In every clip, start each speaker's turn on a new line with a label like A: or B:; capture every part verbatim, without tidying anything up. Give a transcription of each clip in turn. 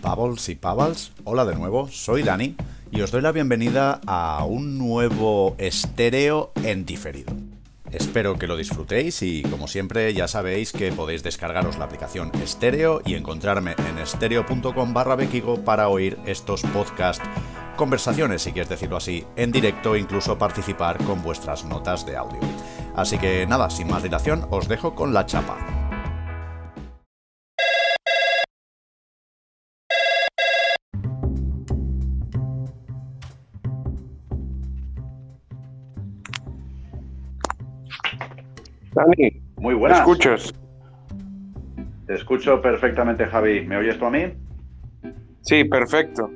A: Pavels y Pavals, hola de nuevo, soy Dani y os doy la bienvenida a un nuevo estéreo en diferido. Espero que lo disfrutéis y, como siempre, ya sabéis que podéis descargaros la aplicación Estéreo y encontrarme en estéreo.com barra bequigo para oír estos podcast conversaciones, si quieres decirlo así, en directo e incluso participar con vuestras notas de audio. Así que nada, sin más dilación, os dejo con la chapa.
B: Dani,
C: muy buenas.
B: ¿me escuchas?
C: Te escucho perfectamente, Javi. ¿Me oyes tú a mí?
B: Sí, perfecto.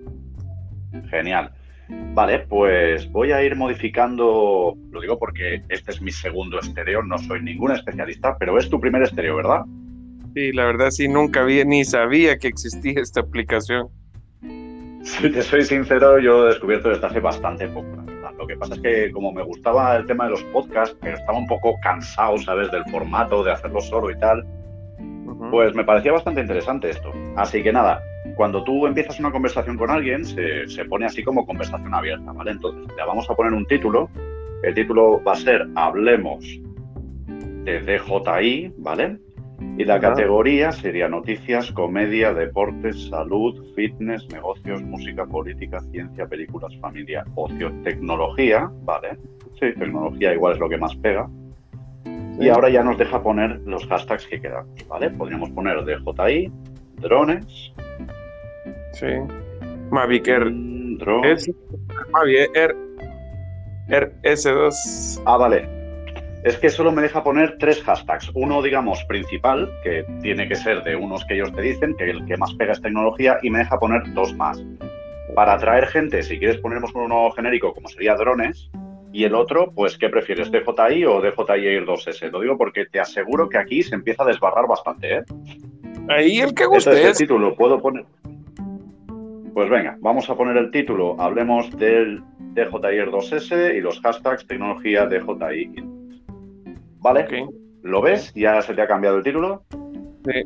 C: Genial. Vale, pues voy a ir modificando, lo digo porque este es mi segundo estéreo, no soy ningún especialista, pero es tu primer estéreo, ¿verdad?
B: Sí, la verdad sí, nunca vi ni sabía que existía esta aplicación.
C: Si te soy sincero, yo he descubierto desde hace bastante poco. Lo que pasa es que como me gustaba el tema de los podcasts, pero estaba un poco cansado, ¿sabes?, del formato, de hacerlo solo y tal, uh-huh. Pues me parecía bastante interesante esto. Así que nada, cuando tú empiezas una conversación con alguien, se, se pone así como conversación abierta, ¿vale? Entonces, le vamos a poner un título. El título va a ser Hablemos de D J I, ¿vale? Y la uh-huh. categoría sería noticias, comedia, deportes, salud, fitness, negocios, música, política, ciencia, películas, familia, ocio, tecnología, ¿vale? Sí, tecnología igual es lo que más pega. Sí. Y ahora ya nos deja poner los hashtags que quedan, ¿vale? Podríamos poner D J I, drones.
B: Sí. Mavic Air.
C: Mm, drones.
B: Mavic Air. Air S dos.
C: Ah, vale. Es que solo me deja poner tres hashtags. Uno, digamos, principal, que tiene que ser de unos que ellos te dicen, que el que más pega es tecnología, y me deja poner dos más. Para atraer gente, si quieres ponernos uno genérico, como sería drones, y el otro, pues, ¿qué prefieres? ¿D J I o D J I Air dos S? Lo digo porque te aseguro que aquí se empieza a desbarrar bastante, ¿eh?
B: Ahí el que guste.
C: Entonces, el título, ¿puedo poner? Pues venga, vamos a poner el título. Hablemos del D J I Air dos S y los hashtags tecnología D J I. ¿Vale? Okay. ¿Lo ves? ¿Ya se te ha cambiado el título?
B: Sí.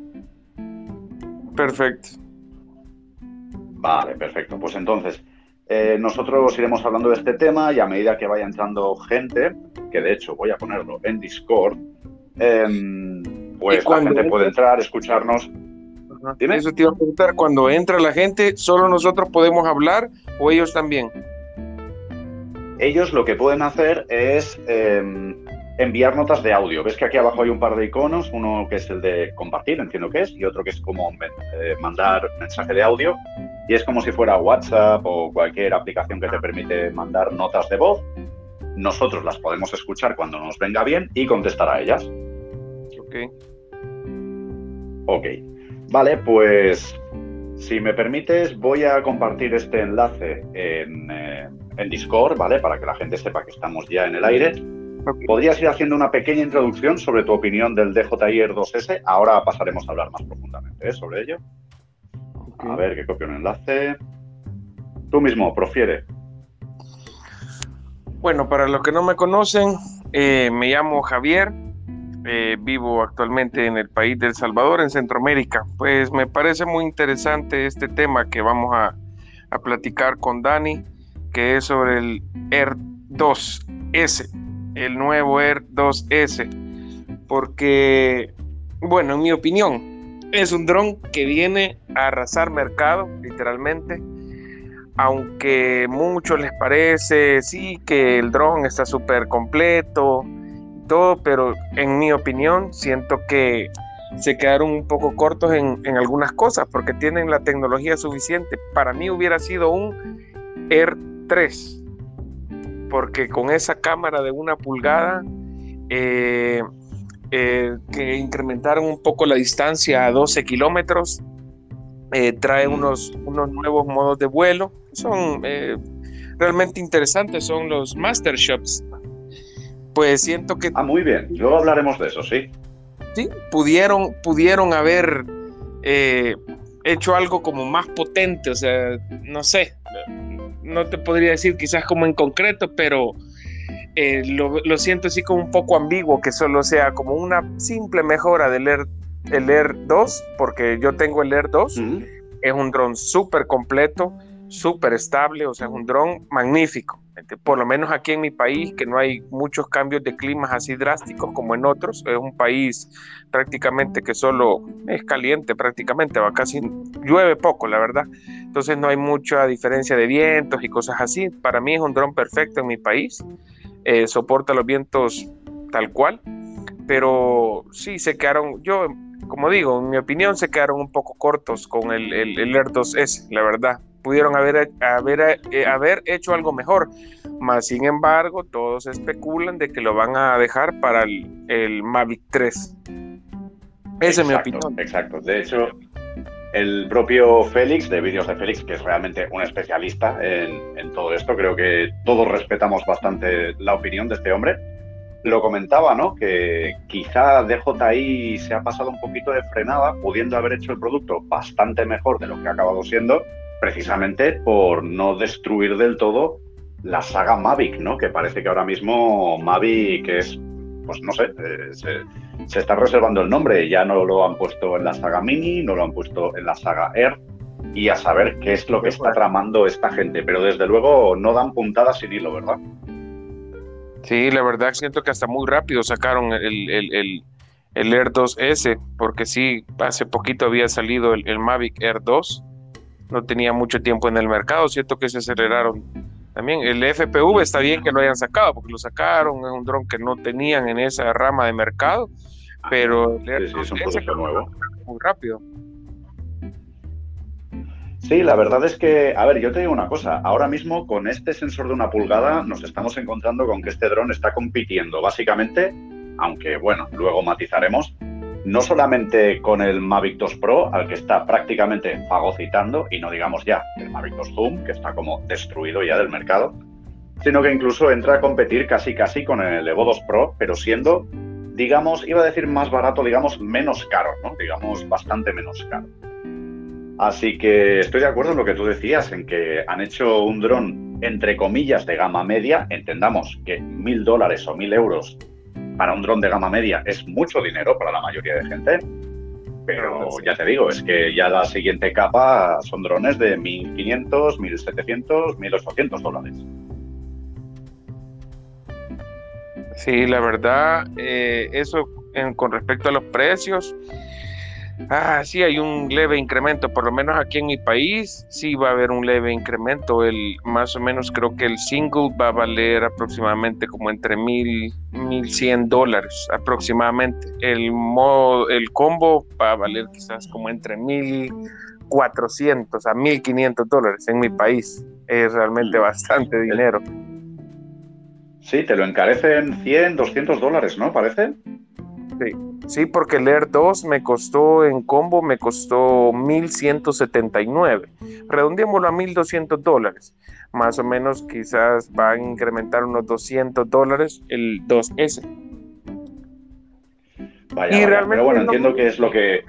B: Perfecto.
C: Vale, perfecto. Pues entonces, eh, nosotros iremos hablando de este tema y a medida que vaya entrando gente, que de hecho voy a ponerlo en Discord, eh, pues la gente entra? puede entrar, escucharnos.
B: ¿Dime? Eso te iba a preguntar, cuando entra la gente, ¿solo nosotros podemos hablar o ellos también?
C: Ellos lo que pueden hacer es... Eh, enviar notas de audio. Ves que aquí abajo hay un par de iconos, uno que es el de compartir, entiendo que es, y otro que es como eh, mandar mensaje de audio, y es como si fuera WhatsApp o cualquier aplicación que te permite mandar notas de voz. Nosotros las podemos escuchar cuando nos venga bien y contestar a ellas.
B: Ok.
C: Ok. Vale, pues si me permites voy a compartir este enlace en, eh, en Discord, ¿vale? Para que la gente sepa que estamos ya en el aire. Okay. ¿Podrías ir haciendo una pequeña introducción sobre tu opinión del D J I Air dos S? Ahora pasaremos a hablar más profundamente, ¿eh? Sobre ello. Okay. A ver, que copio un enlace. Tú mismo, profiere.
B: Bueno, para los que no me conocen, eh, me llamo Javier. Eh, vivo actualmente en el país de El Salvador, en Centroamérica. Pues me parece muy interesante este tema que vamos a, a platicar con Dani, que es sobre el Air dos S. El nuevo Air dos S, porque, bueno, en mi opinión, es un dron que viene a arrasar mercado, literalmente, aunque muchos les parece, sí, que el dron está súper completo y todo, pero en mi opinión, siento que se quedaron un poco cortos en, en algunas cosas, porque tienen la tecnología suficiente. Para mí hubiera sido un Air tres, porque con esa cámara de una pulgada eh, eh, que incrementaron un poco la distancia a doce kilómetros, eh, trae unos, unos nuevos modos de vuelo, son eh, realmente interesantes, son los Master Shots. Pues siento que...
C: Ah, muy bien, luego hablaremos de eso, sí.
B: Sí, pudieron, pudieron haber eh, hecho algo como más potente, o sea, no sé, no te podría decir quizás como en concreto, pero eh, lo, lo siento así como un poco ambiguo, que solo sea como una simple mejora del Air, el Air dos, porque yo tengo el Air dos, uh-huh. es un dron súper completo, súper estable, o sea, es un dron magnífico. Por lo menos aquí en mi país, que no hay muchos cambios de climas así drásticos como en otros, es un país prácticamente que solo es caliente, prácticamente, va casi llueve poco, la verdad. Entonces no hay mucha diferencia de vientos y cosas así. Para mí es un dron perfecto en mi país, eh, soporta los vientos tal cual, pero sí se quedaron, yo como digo, en mi opinión se quedaron un poco cortos con el, el, el Air dos ese, la verdad. Pudieron haber, haber, eh, haber hecho algo mejor, más sin embargo todos especulan de que lo van a dejar para el, el Mavic tres. Esa es mi opinión.
C: Exacto, de hecho el propio Félix, de Vídeos de Félix, que es realmente un especialista en, en todo esto, creo que todos respetamos bastante la opinión de este hombre, lo comentaba, ¿no? Que quizá D J I se ha pasado un poquito de frenada, pudiendo haber hecho el producto bastante mejor de lo que ha acabado siendo, precisamente por no destruir del todo la saga Mavic, ¿no? Que parece que ahora mismo Mavic es, pues no sé, eh, se, se está reservando el nombre, ya no lo han puesto en la saga Mini, no lo han puesto en la saga Air, y a saber qué es lo que está tramando esta gente, pero desde luego no dan puntadas sin hilo, ¿verdad?
B: Sí, la verdad siento que hasta muy rápido sacaron el, el, el, el Air dos ese, porque sí, hace poquito había salido el, el Mavic Air dos, no tenía mucho tiempo en el mercado, siento que se aceleraron también. El F P V está bien que lo hayan sacado, porque lo sacaron, es un dron que no tenían en esa rama de mercado, pero el Air dos
C: sí, sí, es un producto nuevo.
B: Muy rápido.
C: Sí, la verdad es que, a ver, yo te digo una cosa, ahora mismo con este sensor de una pulgada nos estamos encontrando con que este dron está compitiendo básicamente, aunque bueno, luego matizaremos, no solamente con el Mavic dos Pro, al que está prácticamente fagocitando, y no digamos ya el Mavic dos Zoom, que está como destruido ya del mercado, sino que incluso entra a competir casi casi con el Evo dos Pro, pero siendo, digamos, iba a decir más barato, digamos, menos caro, ¿no? Digamos, bastante menos caro. Así que estoy de acuerdo en lo que tú decías, en que han hecho un dron, entre comillas, de gama media. Entendamos que mil dólares o mil euros para un dron de gama media es mucho dinero para la mayoría de gente, pero ya te digo, es que ya la siguiente capa son drones de mil quinientos, mil setecientos, mil ochocientos dólares.
B: Sí, la verdad, eh, eso en, con respecto a los precios, ah, sí hay un leve incremento, por lo menos aquí en mi país sí va a haber un leve incremento. El, más o menos creo que el single va a valer aproximadamente como entre mil, mil cien dólares aproximadamente. El, modo, el combo va a valer quizás como entre mil cuatrocientos a mil quinientos dólares en mi país. Es realmente bastante dinero.
C: Sí, te lo encarecen cien, doscientos dólares, ¿no? ¿Parece?
B: Sí. Sí, porque el Air dos me costó en combo, me costó mil ciento setenta y nueve. Redondeémoslo a mil doscientos dólares. Más o menos quizás va a incrementar unos doscientos dólares el dos ese.
C: Vaya, y vaya, realmente pero bueno, entiendo no... que es lo que...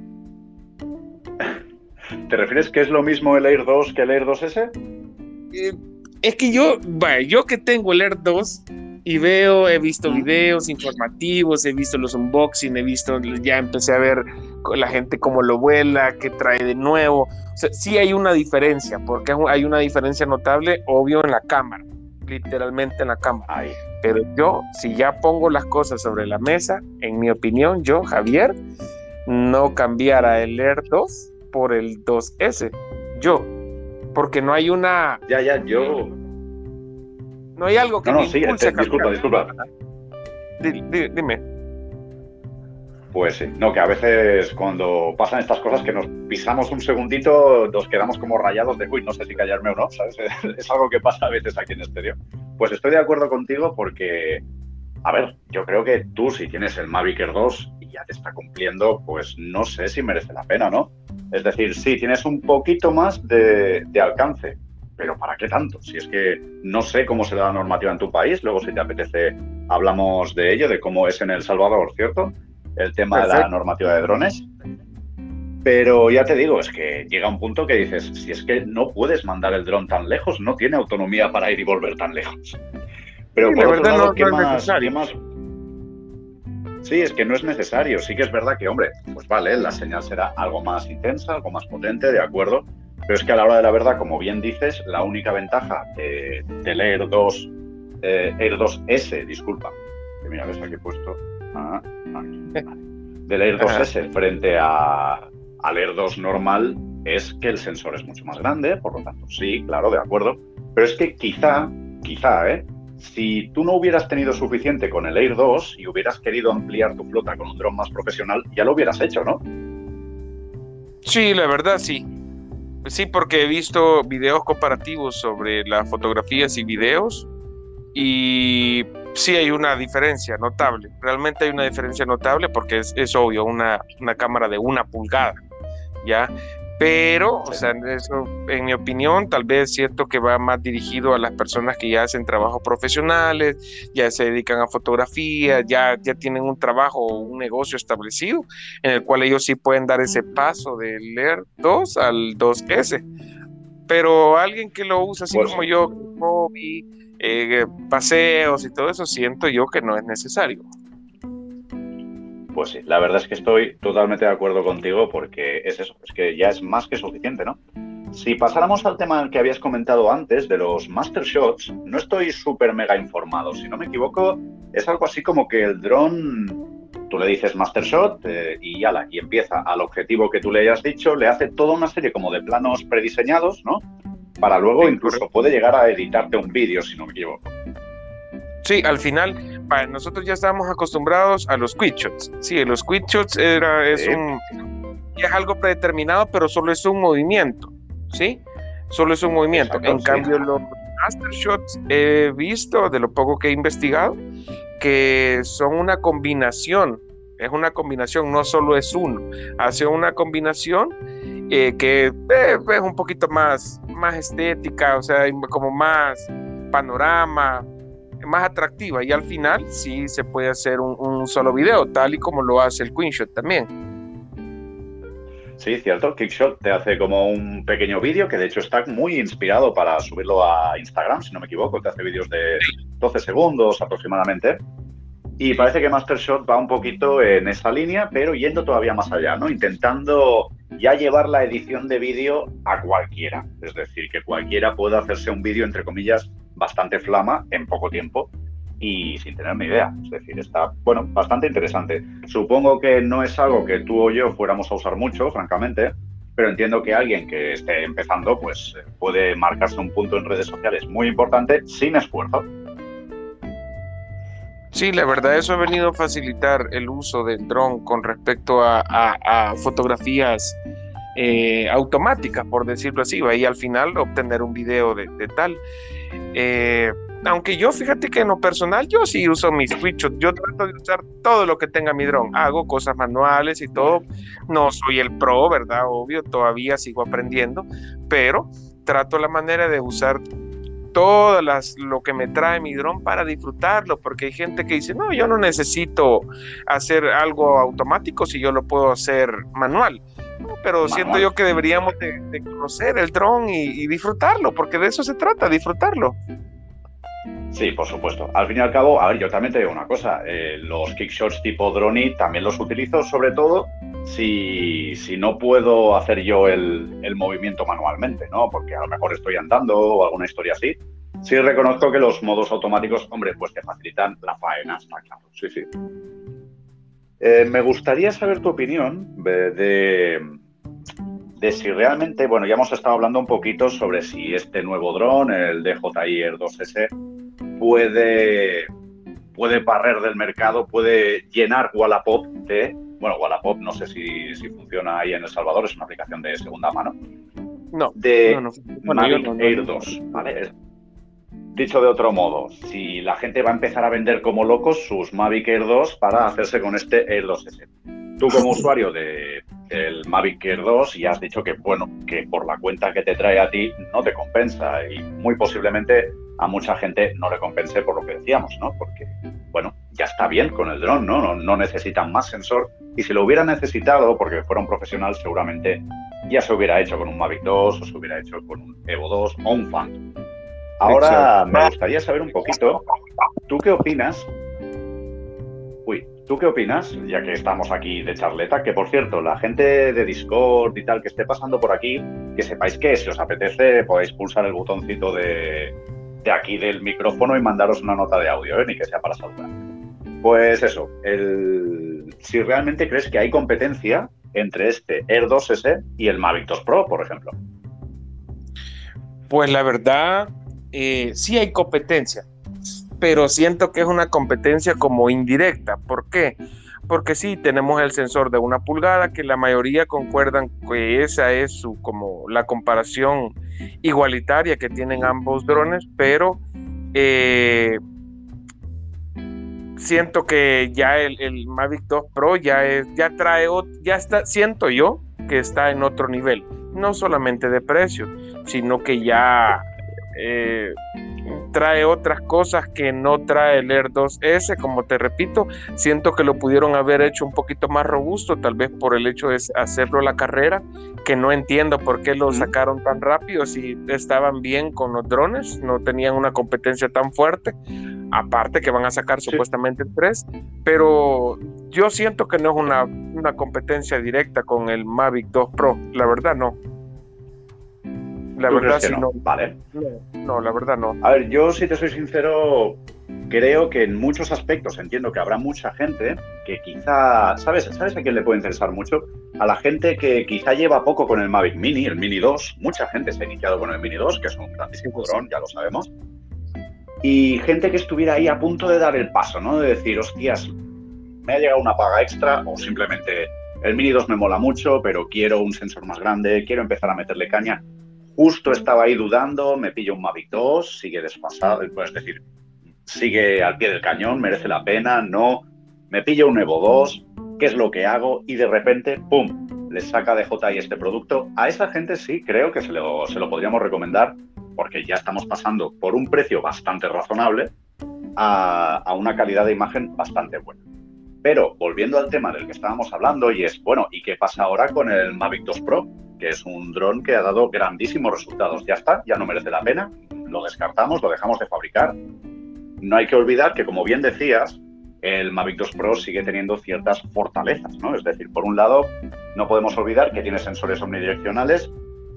C: ¿Te refieres que es lo mismo el Air dos que el Air dos ese?
B: Eh, es que yo, vaya, yo que tengo el Air dos... y veo, he visto videos informativos, he visto los unboxing, he visto, ya empecé a ver la gente cómo lo vuela, qué trae de nuevo. O sea, sí hay una diferencia, porque hay una diferencia notable, obvio, en la cámara, literalmente en la cámara. Ay. Pero yo, si ya pongo las cosas sobre la mesa, en mi opinión, yo, Javier, no cambiara el Air dos por el dos ese. Yo, porque no hay una...
C: Ya, ya, yo...
B: No hay algo que
C: no, no,
B: me
C: sí,
B: impulse
C: te, disculpa, disculpa.
B: D- d- dime.
C: Pues sí, no, que a veces cuando pasan estas cosas que nos pisamos un segundito, nos quedamos como rayados de, uy, no sé si callarme o no, ¿sabes? Es algo que pasa a veces aquí en Estéreo. Pues estoy de acuerdo contigo porque, a ver, yo creo que tú si tienes el Mavic Air dos y ya te está cumpliendo, pues no sé si merece la pena, ¿no? Es decir, sí, tienes un poquito más de, de alcance, pero ¿para qué tanto? Si es que no sé cómo será la normativa en tu país, luego si te apetece hablamos de ello, de cómo es en El Salvador, ¿cierto? El tema Perfecto. de la normativa de drones. Pero ya te digo, es que llega un punto que dices, si es que no puedes mandar el dron tan lejos, no tiene autonomía para ir y volver tan lejos. Pero
B: sí,
C: por
B: la
C: otro
B: verdad
C: lado,
B: no,
C: ¿qué,
B: no
C: más, ¿qué más? Sí, es que no es necesario. Sí que es verdad que, hombre, pues vale, la señal será algo más intensa, algo más potente, de acuerdo. Pero es que a la hora de la verdad, como bien dices, la única ventaja de, del Air dos, eh, Air dos ese, disculpa, que mira, ves aquí he puesto, ah, aquí, vale. Del Air dos ese frente a, al Air dos normal es que el sensor es mucho más grande, por lo tanto, sí, claro, de acuerdo. Pero es que quizá, quizá, ¿eh? Si tú no hubieras tenido suficiente con el Air dos y hubieras querido ampliar tu flota con un dron más profesional, ya lo hubieras hecho, ¿no?
B: Sí, la verdad sí. Sí, porque he visto videos comparativos sobre las fotografías y videos y sí hay una diferencia notable. Realmente hay una diferencia notable porque es, es obvio, una, una cámara de una pulgada, ¿ya? Pero, o sea, eso, en mi opinión, tal vez siento que va más dirigido a las personas que ya hacen trabajos profesionales, ya se dedican a fotografía, ya, ya tienen un trabajo o un negocio establecido, en el cual ellos sí pueden dar ese paso del Air dos al dos ese. Pero alguien que lo usa así
C: Pues,
B: como yo, hobby, eh, paseos y todo eso, siento yo que no es necesario.
C: Pues sí, la verdad es que estoy totalmente de acuerdo contigo porque es eso, es que ya es más que suficiente, ¿no? Si pasáramos al tema que habías comentado antes de los Master Shots, no estoy súper mega informado. Si no me equivoco, es algo así como que el dron, tú le dices Master Shot eh, y ala, y empieza al objetivo que tú le hayas dicho, le hace toda una serie como de planos prediseñados, ¿no? Para luego
B: Sí,
C: incluso
B: correcto.
C: puede llegar a editarte un vídeo, si no me equivoco.
B: Sí, al final, pa- nosotros ya estábamos acostumbrados a los quick shots. Sí, los quick shots era, es
C: Sí,
B: un, ya es algo predeterminado, pero solo es un movimiento, ¿sí? Solo es un movimiento.
C: exacto,
B: En
C: sí.
B: cambio, los master shots he visto, de lo poco que he investigado, que son una combinación, es una combinación, no solo es uno, hace una combinación eh, que eh, es un poquito más, más estética, o sea, como más panorama, más atractiva, y al final sí se puede hacer un, un solo video, tal y como lo hace el Queenshot también.
C: Sí, cierto. Kickshot te hace como un pequeño vídeo que de hecho está muy inspirado para subirlo a Instagram, si no me equivoco. Te hace vídeos de doce segundos aproximadamente. Y parece que Mastershot va un poquito en esa línea, pero yendo todavía más allá, ¿no? Intentando ya llevar la edición de vídeo a cualquiera. Es decir, que cualquiera pueda hacerse un vídeo, entre comillas, bastante flama en poco tiempo y sin tener ni idea. Es decir, está, bueno, bastante interesante. Supongo que no es algo que tú o yo fuéramos a usar mucho, francamente, pero entiendo que alguien que esté empezando, pues puede marcarse un punto en redes sociales muy importante sin esfuerzo.
B: Sí, la verdad eso ha venido a facilitar el uso del dron con respecto a, a, a fotografías eh, automáticas, por decirlo así, y al final obtener un video de, de tal. Eh, aunque yo, fíjate que en lo personal, yo sí uso mis Quickshots, yo trato de usar todo lo que tenga mi dron, hago cosas manuales y todo, no soy el pro, ¿verdad? Obvio, todavía sigo aprendiendo, pero trato la manera de usar todas las, lo que me trae mi dron para disfrutarlo, porque hay gente que dice, no, yo no necesito hacer algo automático si yo lo puedo hacer manual. No, pero manual. Siento yo que deberíamos de, de conocer el dron y, y disfrutarlo, porque de eso se trata, disfrutarlo.
C: Sí, por supuesto. Al fin y al cabo, a ver, yo también te digo una cosa, eh, los kickshots tipo Droni también los utilizo sobre todo si, si no puedo hacer yo el, el movimiento manualmente, ¿no? Porque a lo mejor estoy andando o alguna historia así. Sí reconozco que los modos automáticos, hombre, pues te facilitan la faena, está claro, sí, sí. Eh, me gustaría saber tu opinión de, de, de si realmente, bueno, ya hemos estado hablando un poquito sobre si este nuevo dron, el D J I Air dos ese, puede, puede barrer del mercado, puede llenar Wallapop de... Bueno, Wallapop no sé si, si funciona ahí en El Salvador, es una aplicación de segunda mano.
B: No,
C: de
B: no, no. Bueno,
C: Mavic
B: no, no,
C: Air
B: no.
C: dos, ¿vale? Dicho de otro modo, si la gente va a empezar a vender como locos sus Mavic Air dos para hacerse con este Air dos ese. Tú como usuario de, del Mavic Air dos ya has dicho que, bueno, que por la cuenta que te trae a ti no te compensa y muy posiblemente a mucha gente no le compense por lo que decíamos, ¿no? Porque, bueno, ya está bien con el dron, ¿no? No, no necesitan más sensor y si lo hubiera necesitado porque fuera un profesional seguramente ya se hubiera hecho con un Mavic dos o se hubiera hecho con un Evo dos o un Phantom. Ahora, exacto, me gustaría saber un poquito, ¿tú qué opinas? Uy, ¿tú qué opinas? Ya que estamos aquí de charleta, que por cierto, la gente de Discord y tal que esté pasando por aquí, que sepáis que si os apetece podéis pulsar el botoncito de, de aquí del micrófono y mandaros una nota de audio, ¿eh? Ni que sea para saludar. Pues eso, el, si realmente crees que hay competencia entre este Air dos ese y el Mavic dos Pro, por ejemplo.
B: Pues la verdad, eh, sí hay competencia, pero siento que es una competencia como indirecta. ¿Por qué? Porque sí, tenemos el sensor de una pulgada, que la mayoría concuerdan que esa es su, como la comparación igualitaria que tienen ambos drones, pero eh, siento que ya el, el Mavic dos Pro ya es, ya trae, ya está, siento yo que está en otro nivel, no solamente de precio, sino que ya eh, trae otras cosas que no trae el Air dos ese. Como te repito, siento que lo pudieron haber hecho un poquito más robusto, tal vez por el hecho de hacerlo a la carrera, que no entiendo por qué lo sacaron tan rápido si estaban bien con los drones, no tenían una competencia tan fuerte, aparte que van a sacar sí. supuestamente el tres, pero yo siento que no es una, una competencia directa con el Mavic dos Pro, la verdad no. La verdad sí,
C: no?
B: no.
C: Vale.
B: No, no, la verdad no.
C: A ver, yo si te soy sincero, creo que en muchos aspectos entiendo que habrá mucha gente que quizá, ¿sabes? ¿Sabes a quién le puede interesar mucho? A la gente que quizá lleva poco con el Mavic Mini, el Mini dos. Mucha gente se ha iniciado con el Mini dos, que es un grandísimo dron, ya lo sabemos. Y gente que estuviera ahí a punto de dar el paso, ¿no? De decir, hostias, me ha llegado una paga extra, o simplemente el Mini dos me mola mucho, pero quiero un sensor más grande, quiero empezar a meterle caña. Justo estaba ahí dudando, me pillo un Mavic dos, sigue desfasado, es decir, sigue al pie del cañón, merece la pena, no, me pillo un Evo dos, ¿qué es lo que hago? Y de repente, ¡pum!, le saca D J I este producto. A esa gente sí creo que se lo, se lo podríamos recomendar, porque ya estamos pasando por un precio bastante razonable a, a una calidad de imagen bastante buena. Pero volviendo al tema del que estábamos hablando, y es, bueno, ¿y qué pasa ahora con el Mavic dos Pro? Que es un dron que ha dado grandísimos resultados. Ya está, ya no merece la pena, lo descartamos, lo dejamos de fabricar. No hay que olvidar que, como bien decías, el Mavic dos Pro sigue teniendo ciertas fortalezas, ¿no? Es decir, por un lado, no podemos olvidar que tiene sensores omnidireccionales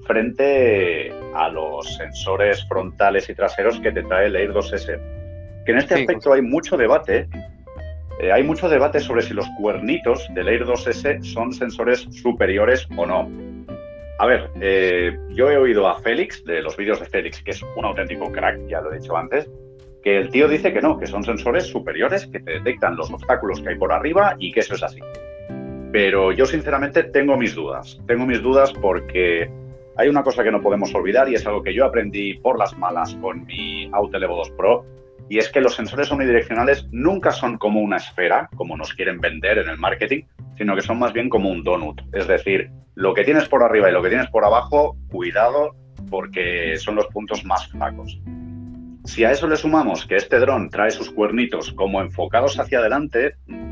C: frente a los sensores frontales y traseros que te trae el Air dos ese. Que en este aspecto hay mucho debate. Eh, hay mucho debate sobre si los cuernitos del Air dos ese son sensores superiores o no. A ver, eh, yo he oído a Félix, de los vídeos de Félix, que es un auténtico crack, ya lo he dicho antes, que el tío dice que no, que son sensores superiores, que te detectan los obstáculos que hay por arriba y que eso es así. Pero yo sinceramente tengo mis dudas. Tengo mis dudas porque hay una cosa que no podemos olvidar y es algo que yo aprendí por las malas con mi Autel Evo dos Pro, y es que los sensores omnidireccionales nunca son como una esfera, como nos quieren vender en el marketing, sino que son más bien como un donut. Es decir, lo que tienes por arriba y lo que tienes por abajo, cuidado, porque son los puntos más flacos. Si a eso le sumamos que este dron trae sus cuernitos como enfocados hacia adelante,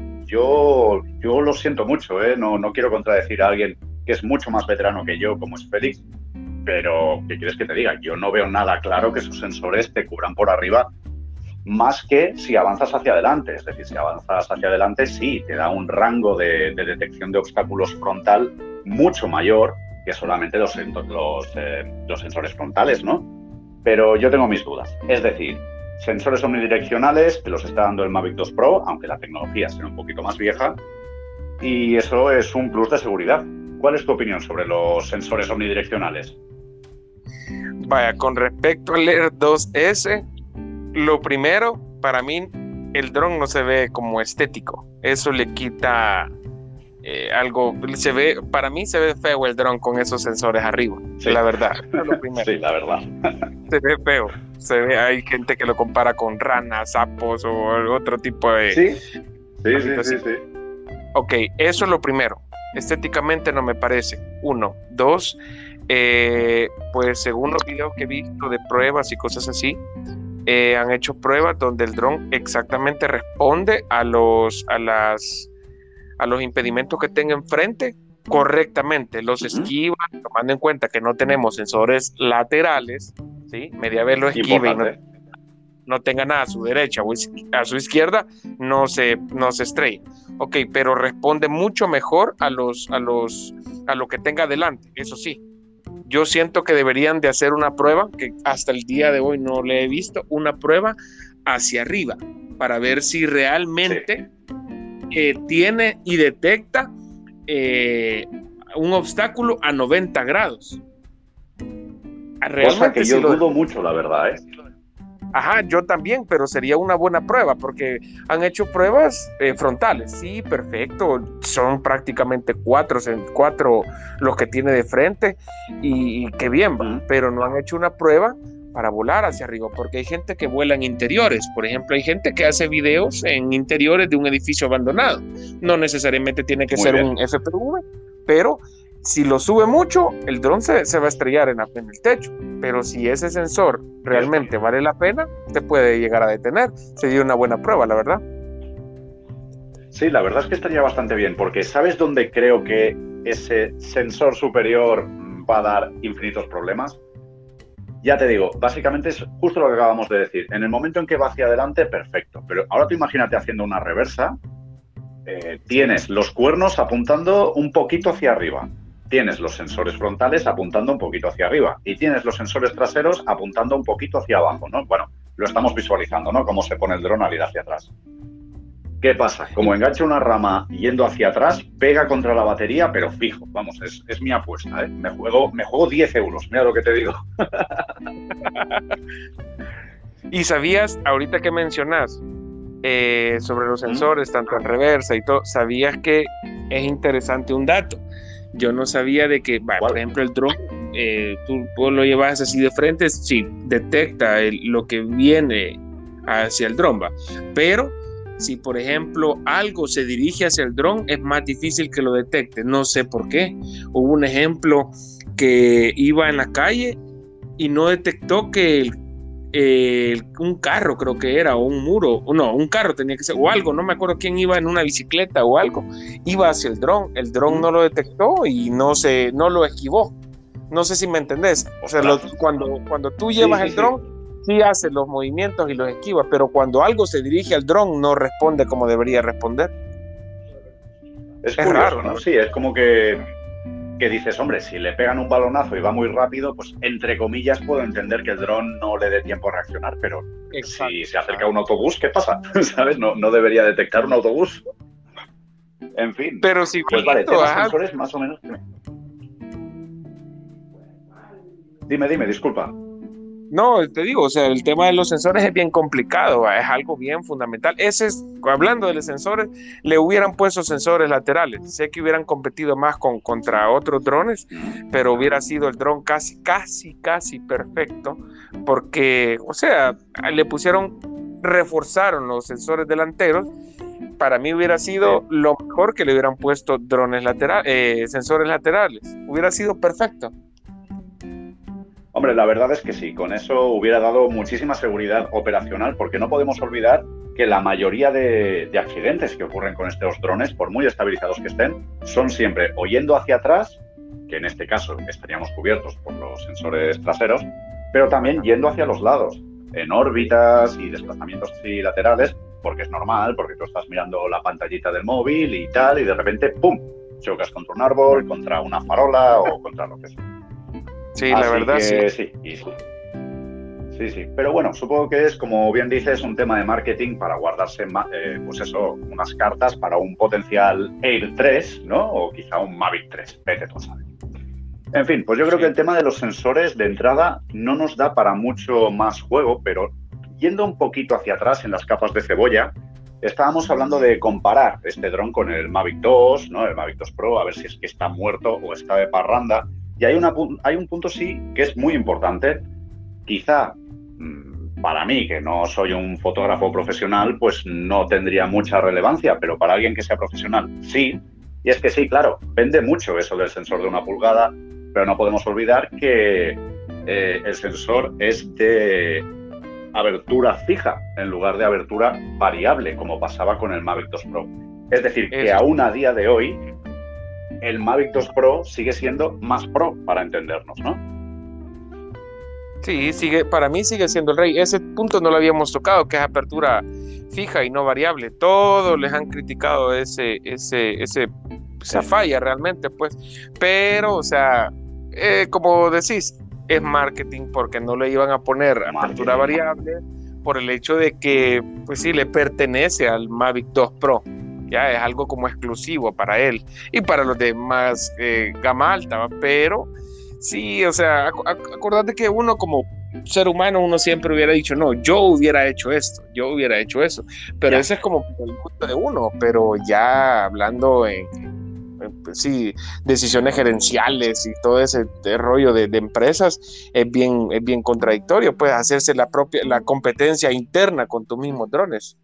C: yo, yo lo siento mucho, ¿eh? No, no quiero contradecir a alguien que es mucho más veterano que yo, como es Félix, pero ¿qué quieres que te diga? Yo no veo nada claro que sus sensores te cubran por arriba, más que si avanzas hacia adelante. Es decir, si avanzas hacia adelante, sí, te da un rango de, de detección de obstáculos frontal mucho mayor que solamente los, los, eh, los sensores frontales, ¿no? Pero yo tengo mis dudas. Es decir, sensores omnidireccionales que los está dando el Mavic dos Pro, aunque la tecnología sea un poquito más vieja, y eso es un plus de seguridad. ¿Cuál es tu opinión sobre los sensores omnidireccionales?
B: Vaya, con respecto al Air dos ese, lo primero, para mí, el dron no se ve como estético. Eso le quita eh, algo. Se ve, para mí se ve feo el dron con esos sensores arriba. Sí. La verdad. Es lo primero.
C: Sí, la verdad.
B: Se ve feo. Se ve, hay gente que lo compara con ranas, sapos o otro tipo de.
C: Sí, sí, sí, sí, sí.
B: Ok, eso es lo primero. Estéticamente no me parece. Uno. Dos, eh, pues según los videos que he visto de pruebas y cosas así, Eh, han hecho pruebas donde el dron exactamente responde a los a las a los impedimentos que tenga enfrente correctamente, los uh-huh. esquiva, tomando en cuenta que no tenemos sensores laterales, ¿sí? Media vez lo esquiva y no, no tenga nada a su derecha o a su izquierda, no se, no se estrella. Ok, pero responde mucho mejor a, los, a, los, a lo que tenga adelante, eso sí. Yo siento que deberían de hacer una prueba, que hasta el día de hoy no le he visto, una prueba hacia arriba, para ver si realmente sí. eh, tiene y detecta eh, un obstáculo a noventa grados.
C: Realmente Cosa que yo si lo... dudo mucho, la verdad, ¿eh?
B: Ajá, yo también, pero sería una buena prueba, porque han hecho pruebas eh, frontales, sí, perfecto, son prácticamente cuatro, cuatro los que tiene de frente, y, y qué bien va, pero no han hecho una prueba para volar hacia arriba, porque hay gente que vuela en interiores, por ejemplo, hay gente que hace videos en interiores de un edificio abandonado, no necesariamente tiene que Muy ser bien. un F P V, pero si lo sube mucho, el dron se, se va a estrellar en, la, en el techo, pero si ese sensor realmente vale la pena, te puede llegar a detener. Sería una buena prueba, la verdad.
C: Sí, la verdad es que estaría bastante bien, porque ¿sabes dónde creo que ese sensor superior va a dar infinitos problemas? Ya te digo, básicamente es justo lo que acabamos de decir. En el momento en que va hacia adelante, perfecto, pero ahora tú imagínate haciendo una reversa, eh, tienes los cuernos apuntando un poquito hacia arriba. Tienes los sensores frontales apuntando un poquito hacia arriba y tienes los sensores traseros apuntando un poquito hacia abajo, ¿no? Bueno, lo estamos visualizando, ¿no? Cómo se pone el dron al ir hacia atrás. ¿Qué pasa? Como engancha una rama yendo hacia atrás, pega contra la batería, pero fijo. Vamos, es, es mi apuesta, ¿eh? Me juego, me juego diez euros, mira lo que te digo.
B: ¿Y sabías, ahorita que mencionas eh, sobre los sensores, tanto en reversa y todo, sabías que es interesante un dato? Yo no sabía de que, bah, por ejemplo, el dron, eh, tú, tú lo llevas así de frente, sí, detecta el, lo que viene hacia el dron, va. Pero si, por ejemplo, algo se dirige hacia el dron, es más difícil que lo detecte. No sé por qué. Hubo un ejemplo que iba en la calle y no detectó que el Eh, un carro creo que era, o un muro, o no, un carro tenía que ser, o algo, no me acuerdo quién iba en una bicicleta o algo, iba hacia el dron, el dron no lo detectó y no se, no lo esquivó. No sé si me entendés, o sea, lo, cuando, cuando tú llevas sí, sí, el dron, sí. sí hace los movimientos y los esquiva, pero cuando algo se dirige al dron, no responde como debería responder.
C: Es, es curioso, raro, ¿no? Sí, es como que que dices, hombre, si le pegan un balonazo y va muy rápido, pues entre comillas puedo entender que el dron no le dé tiempo a reaccionar, pero Exacto. si se acerca un autobús, ¿qué pasa? ¿Sabes? No, no debería detectar un autobús. En fin.
B: Pero si
C: pues vale, temas sensores más o menos. Dime, dime, disculpa.
B: No, te digo, o sea, el tema de los sensores es bien complicado, es algo bien fundamental. Ese es, hablando de los sensores, le hubieran puesto sensores laterales. Sé que hubieran competido más con, contra otros drones, pero hubiera sido el dron casi, casi, casi perfecto, porque, o sea, le pusieron, reforzaron los sensores delanteros. Para mí hubiera sido lo mejor que le hubieran puesto drones laterales, eh, sensores laterales. Hubiera sido perfecto.
C: Hombre, la verdad es que sí, con eso hubiera dado muchísima seguridad operacional, porque no podemos olvidar que la mayoría de, de accidentes que ocurren con estos drones, por muy estabilizados que estén, son siempre o yendo hacia atrás, que en este caso estaríamos cubiertos por los sensores traseros, pero también yendo hacia los lados, en órbitas y desplazamientos así laterales, porque es normal, porque tú estás mirando la pantallita del móvil y tal, y de repente, ¡pum!, chocas contra un árbol, contra una farola o contra lo que sea.
B: Sí, Así la verdad
C: que,
B: sí.
C: Sí, sí. Sí, sí. Pero bueno, supongo que es, como bien dices, un tema de marketing para guardarse, eh, pues eso, unas cartas para un potencial Air tres, ¿no? O quizá un Mavic tres, vete tú a saber. En fin, pues yo creo sí. que el tema de los sensores de entrada no nos da para mucho más juego, pero yendo un poquito hacia atrás en las capas de cebolla, estábamos hablando de comparar este dron con el Mavic dos, ¿no? El Mavic dos Pro, a ver si es que está muerto o está de parranda. Y hay, una, hay un punto sí que es muy importante. Quizá para mí, que no soy un fotógrafo profesional, pues no tendría mucha relevancia, pero para alguien que sea profesional, sí. Y es que sí, claro, vende mucho eso del sensor de una pulgada, pero no podemos olvidar que eh, el sensor es de abertura fija en lugar de abertura variable, como pasaba con el Mavic dos Pro. Es decir, que eso. Aún a día de hoy, el Mavic dos Pro sigue siendo más pro, para entendernos, ¿no?
B: Sí, sigue, para mí sigue siendo el rey. Ese punto no lo habíamos tocado, que es apertura fija y no variable. Todos les han criticado ese, ese, ese, esa falla realmente, pues. Pero, o sea, eh, como decís, es marketing porque no le iban a poner apertura variable por el hecho de que, pues sí, le pertenece al Mavic dos Pro. Ya es algo como exclusivo para él y para los demás eh, gama alta, ¿va? Pero sí, o sea, ac- ac- acordate que uno como ser humano, uno siempre hubiera dicho, no, yo hubiera hecho esto, yo hubiera hecho eso, pero
C: Ya.
B: ese es como el gusto de uno, pero ya hablando en, en, pues sí, decisiones gerenciales y todo ese de rollo de, de empresas, es bien, es bien contradictorio, pues hacerse la propia, la competencia interna con tus mismos drones.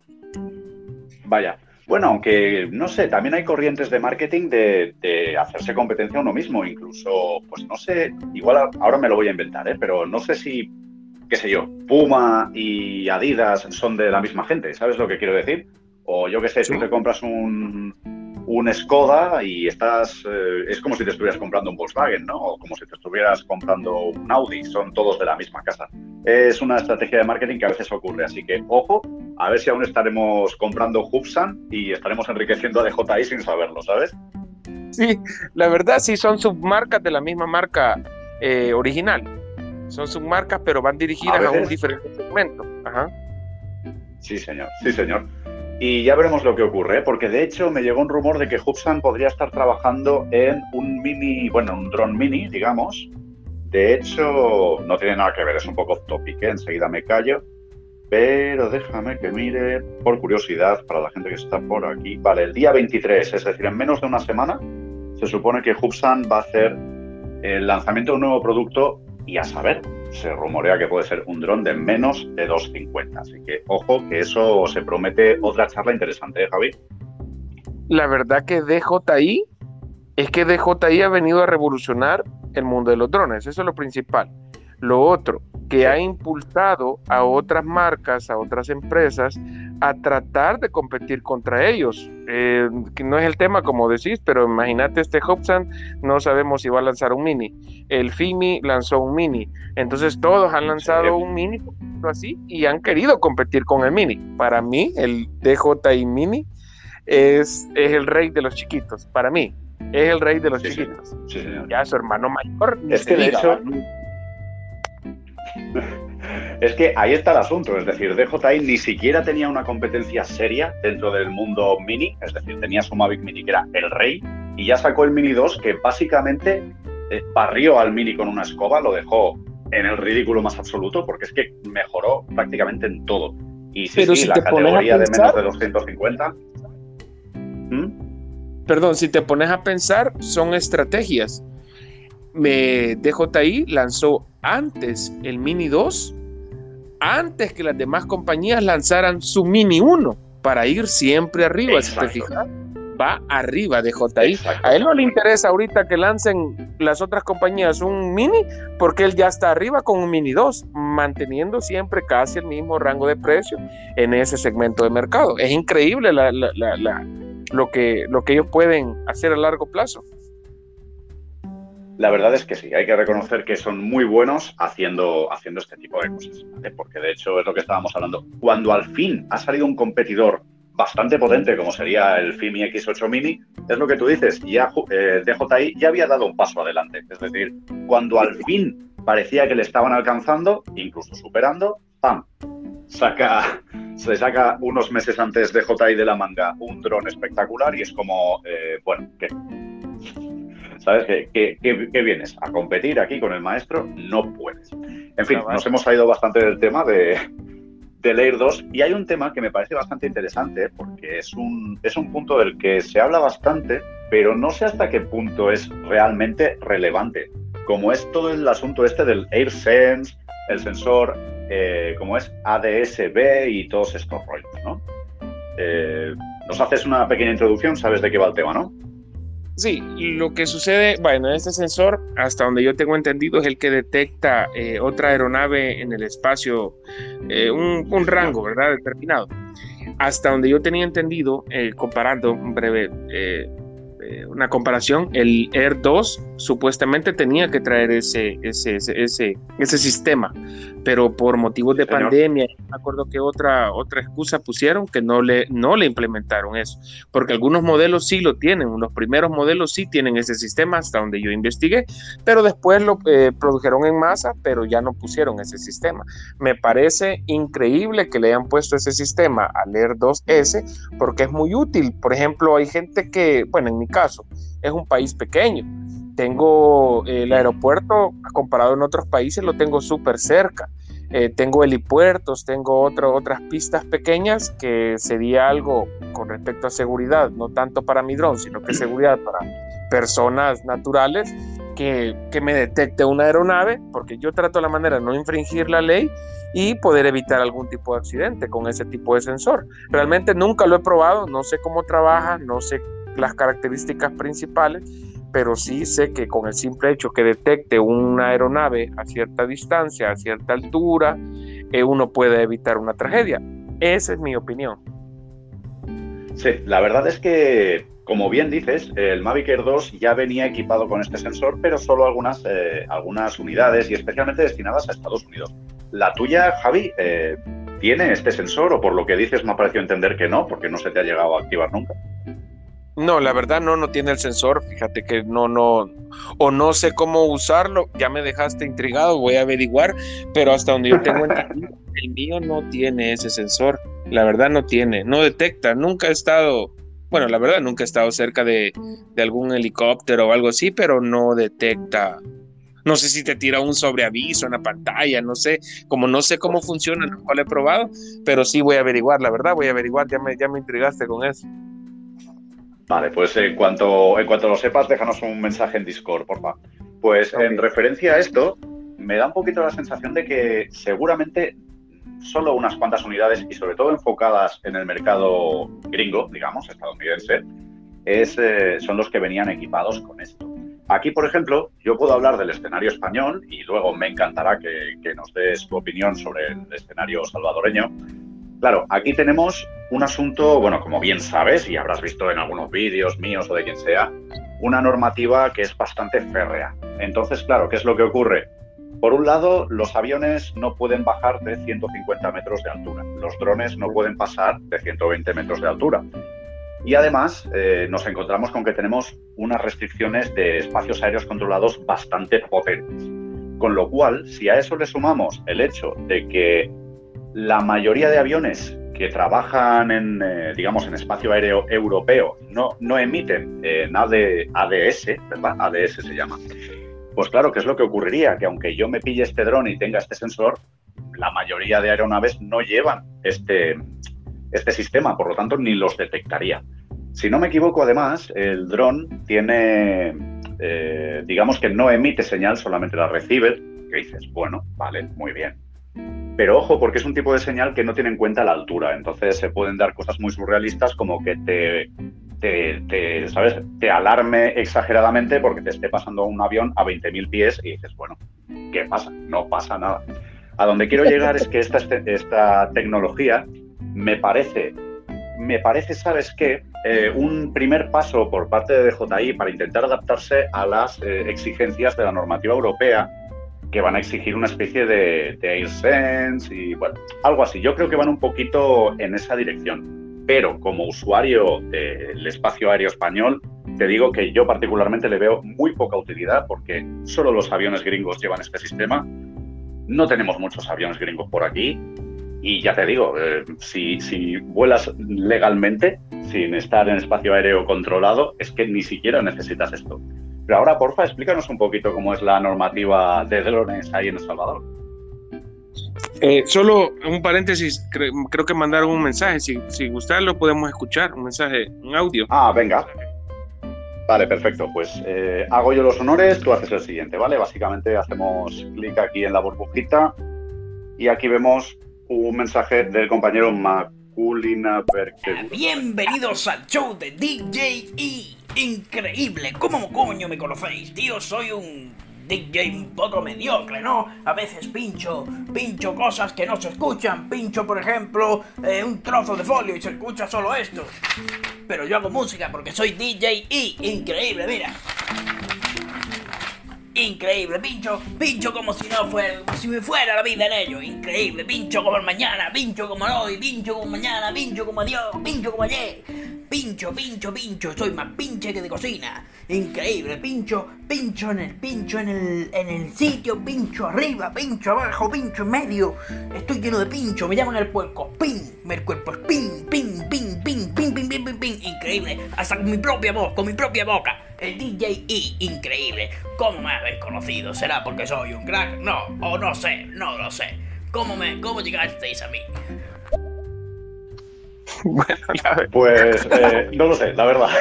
C: Vaya. Bueno, aunque, no sé, también hay corrientes de marketing de, de hacerse competencia a uno mismo, incluso, pues no sé, igual a- ahora me lo voy a inventar, ¿eh? Pero no sé si, qué sé yo, Puma y Adidas son de la misma gente, ¿sabes lo que quiero decir? O yo qué sé,
B: Sí.
C: tú te compras un, un Skoda y estás, eh, es como si te estuvieras comprando un Volkswagen, ¿no? O como si te estuvieras comprando un Audi, son todos de la misma casa. Es una estrategia de marketing que a veces ocurre, así que ojo, a ver si aún estaremos comprando Hubsan y estaremos enriqueciendo a D J I sin saberlo, ¿sabes?
B: Sí, la verdad sí son submarcas de la misma marca eh, original. Son submarcas, pero van dirigidas
C: A
B: a, un
C: veces.
B: diferente segmento. Ajá.
C: Sí, señor, sí, señor. Y ya veremos lo que ocurre, ¿eh? Porque de hecho me llegó un rumor de que Hubsan podría estar trabajando en un mini, bueno, un dron mini, digamos. De hecho, no tiene nada que ver, es un poco off topic, ¿eh? Enseguida me callo. Pero déjame que mire, por curiosidad, para la gente que está por aquí. Vale, el día veintitrés, es decir, en menos de una semana, se supone que Hubsan va a hacer el lanzamiento de un nuevo producto y a saber, se rumorea que puede ser un dron de menos de dos cincuenta. Así que, ojo, que eso se promete otra charla interesante, ¿eh, Javi?
B: La verdad que D J I es que D J I ha venido a revolucionar el mundo de los drones, eso es lo principal. Lo otro, que
C: Sí.
B: ha impulsado a otras marcas, a otras empresas, a tratar de competir contra ellos. Eh, que no es el tema, como decís, pero imagínate este Hubsan, no sabemos si va a lanzar un mini. El Fimi lanzó un mini. Entonces todos han lanzado
C: Sí.
B: un mini, por decirlo así, y han querido competir con el mini. Para mí, el D J I Mini es, es el rey de los chiquitos. Para mí, es el rey de los
C: Sí,
B: chiquitos.
C: señor. Sí, señor.
B: Ya su hermano mayor, ni
C: Es
B: se
C: que de
B: diga,
C: hecho,
B: ¿va?
C: es que ahí está el asunto, es decir, D J I ni siquiera tenía una competencia seria dentro del mundo mini, es decir, tenía su Mavic Mini que era el rey y ya sacó el Mini dos que básicamente eh, barrió al Mini con una escoba, lo dejó en el ridículo más absoluto porque es que mejoró prácticamente en todo. Y sí,
B: Pero
C: sí,
B: si
C: la
B: te pones a
C: categoría de
B: pensar-
C: menos de doscientos cincuenta. ¿Mm?
B: Perdón, si te pones a pensar, son estrategias. Me, D J I lanzó antes el Mini dos, antes que las demás compañías lanzaran su Mini uno, para ir siempre arriba. Si te
C: Exacto.
B: fijas, va arriba D J I.
C: Exacto.
B: A él no le interesa ahorita que lancen las otras compañías un Mini, porque él ya está arriba con un Mini dos, manteniendo siempre casi el mismo rango de precio en ese segmento de mercado. Es increíble la, la, la, la, lo, que, lo que ellos pueden hacer a largo plazo.
C: La verdad es que sí, hay que reconocer que son muy buenos haciendo, haciendo este tipo de cosas, ¿vale? Porque de hecho es lo que estábamos hablando. Cuando al fin ha salido un competidor bastante potente como sería el Fimi X ocho Mini, es lo que tú dices, ya eh, D J I ya había dado un paso adelante. Es decir, cuando al fin parecía que le estaban alcanzando, incluso superando, ¡pam! Saca, se saca unos meses antes D J I de la manga un dron espectacular y es como, eh, bueno, ¿qué? ¿Sabes? ¿Qué, qué, qué, qué vienes? ¿A competir aquí con el maestro? No puedes. En fin, nos hemos salido bastante del tema de, del Air dos y hay un tema que me parece bastante interesante porque es un, es un punto del que se habla bastante, pero no sé hasta qué punto es realmente relevante, como es todo el asunto este del AirSense, el sensor, eh, como es A D S B y todos estos rollos, ¿no? Eh, nos haces una pequeña introducción, sabes de qué va el tema, ¿no?
B: Sí, lo que sucede, bueno, este sensor, hasta donde yo tengo entendido, es el que detecta eh, otra aeronave en el espacio, eh, un, un rango, ¿verdad? Determinado. Hasta donde yo tenía entendido, eh, comparando un breve, eh, eh, una comparación, el Air dos supuestamente tenía que traer ese, ese, ese, ese, ese sistema, pero por motivos de
C: Señor.
B: pandemia, me acuerdo que otra, otra excusa pusieron que no le, no le implementaron eso, porque algunos modelos sí lo tienen, los primeros modelos sí tienen ese sistema hasta donde yo investigué, pero después lo eh, produjeron en masa, pero ya no pusieron ese sistema. Me parece increíble que le hayan puesto ese sistema al Air dos ese, porque es muy útil. Por ejemplo, hay gente que, bueno, en mi caso, es un país pequeño. Tengo eh, el aeropuerto, comparado en otros países, lo tengo súper cerca. Eh, tengo helipuertos, tengo otro, otras pistas pequeñas que sería algo con respecto a seguridad, no tanto para mi dron, sino que seguridad para personas naturales, que, que me detecte una aeronave, porque yo trato la manera de no infringir la ley y poder evitar algún tipo de accidente con ese tipo de sensor. Realmente nunca lo he probado, no sé cómo trabaja, no sé las características principales, pero sí sé que con el simple hecho que detecte una aeronave a cierta distancia, a cierta altura, eh, uno puede evitar una tragedia. Esa es mi opinión.
C: Sí, la verdad es que, como bien dices, el Mavic Air dos ya venía equipado con este sensor, pero solo algunas, eh, algunas unidades y especialmente destinadas a Estados Unidos. ¿La tuya, Javi, eh, tiene este sensor o por lo que dices me ha parecido entender que no, porque no se te ha llegado a activar nunca?
B: No, la verdad no, no tiene el sensor, fíjate que no, no, o no sé cómo usarlo, ya me dejaste intrigado, voy a averiguar, pero hasta donde yo tengo entendido, el mío no tiene ese sensor, la verdad no tiene, no detecta, nunca he estado, bueno, la verdad nunca he estado cerca de, de algún helicóptero o algo así, pero no detecta, no sé si te tira un sobreaviso en la pantalla, no sé, como no sé cómo funciona, no lo he probado, pero sí voy a averiguar, la verdad voy a averiguar, ya me, ya me intrigaste con eso.
C: Vale, pues en cuanto, en cuanto lo sepas, déjanos un mensaje en Discord, porfa. Pues okay. En referencia a esto, me da un poquito la sensación de que seguramente solo unas cuantas unidades y sobre todo enfocadas en el mercado gringo, digamos, estadounidense, es, eh, son los que venían equipados con esto. Aquí, por ejemplo, yo puedo hablar del escenario español y luego me encantará que, que nos des tu opinión sobre el escenario salvadoreño. Claro, aquí tenemos un asunto, bueno, como bien sabes y habrás visto en algunos vídeos míos o de quien sea, una normativa que es bastante férrea. Entonces, claro, ¿qué es lo que ocurre? Por un lado, los aviones no pueden bajar de ciento cincuenta metros de altura. Los drones no pueden pasar de ciento veinte metros de altura. Y además, eh, nos encontramos con que tenemos unas restricciones de espacios aéreos controlados bastante potentes. Con lo cual, si a eso le sumamos el hecho de que la mayoría de aviones que trabajan en, eh, digamos, en espacio aéreo europeo no, no emiten eh, A D S, ¿verdad? A D S se llama. Pues claro, ¿qué es lo que ocurriría? Que aunque yo me pille este dron y tenga este sensor, la mayoría de aeronaves no llevan este, este sistema, por lo tanto ni los detectaría. Si no me equivoco, además, el dron tiene, eh, digamos que no emite señal, solamente la recibe, que dices, bueno, vale, muy bien. Pero ojo, porque es un tipo de señal que no tiene en cuenta la altura, entonces se pueden dar cosas muy surrealistas como que te, te, te, ¿sabes? te alarme exageradamente porque te esté pasando un avión a veinte mil pies y dices, bueno, ¿qué pasa? No pasa nada. A donde quiero llegar es que esta, esta tecnología me parece, me parece, ¿sabes qué? Eh, un primer paso por parte de D J I para intentar adaptarse a las eh, exigencias de la normativa europea, que van a exigir una especie de, de AirSense y, bueno, algo así. Yo creo que van un poquito en esa dirección. Pero como usuario del espacio aéreo español, te digo que yo particularmente le veo muy poca utilidad porque solo los aviones gringos llevan este sistema. No tenemos muchos aviones gringos por aquí. Y ya te digo, eh, si, si vuelas legalmente, sin estar en espacio aéreo controlado, es que ni siquiera necesitas esto. Pero ahora, porfa, explícanos un poquito cómo es la normativa de drones ahí en El Salvador.
B: Eh, solo un paréntesis, cre creo que mandaron un mensaje, si, si gustan lo podemos escuchar, un mensaje, un audio.
C: Ah, venga. Vale, perfecto, pues eh, hago yo los honores, tú haces el siguiente, ¿vale? Básicamente hacemos clic aquí en la burbujita y aquí vemos un mensaje del compañero Maculina Berke.
D: Bienvenidos al show de D J E. Increíble, ¿cómo coño me conocéis, tío? Soy un D J un poco mediocre, ¿no? A veces pincho, pincho cosas que no se escuchan. Pincho, por ejemplo, eh, un trozo de folio y se escucha solo esto. pero yo hago música porque soy D J E. Increíble, mira. Increíble, pincho, pincho como si no fuera, como si me fuera la vida en ello. Increíble, pincho como el mañana, pincho como el hoy, pincho como mañana, pincho como Dios, pincho como ayer. Pincho, pincho, pincho, soy más pinche que de cocina. Increíble, pincho, pincho en el, pincho en el, en el sitio, pincho arriba, pincho abajo, pincho en medio. Estoy lleno de pincho, me llaman el puerco pin, el cuerpo es pin, pin, pin, pin, pin, pin, pin, pin, pin. Increíble, hasta con mi propia voz, con mi propia boca. El D J E, increíble. ¿Cómo me habéis conocido? ¿Será porque soy un crack? No, o no sé, no lo sé. ¿Cómo me, cómo llegasteis a mí?
B: Bueno, la...
C: Pues eh, no lo sé, la verdad.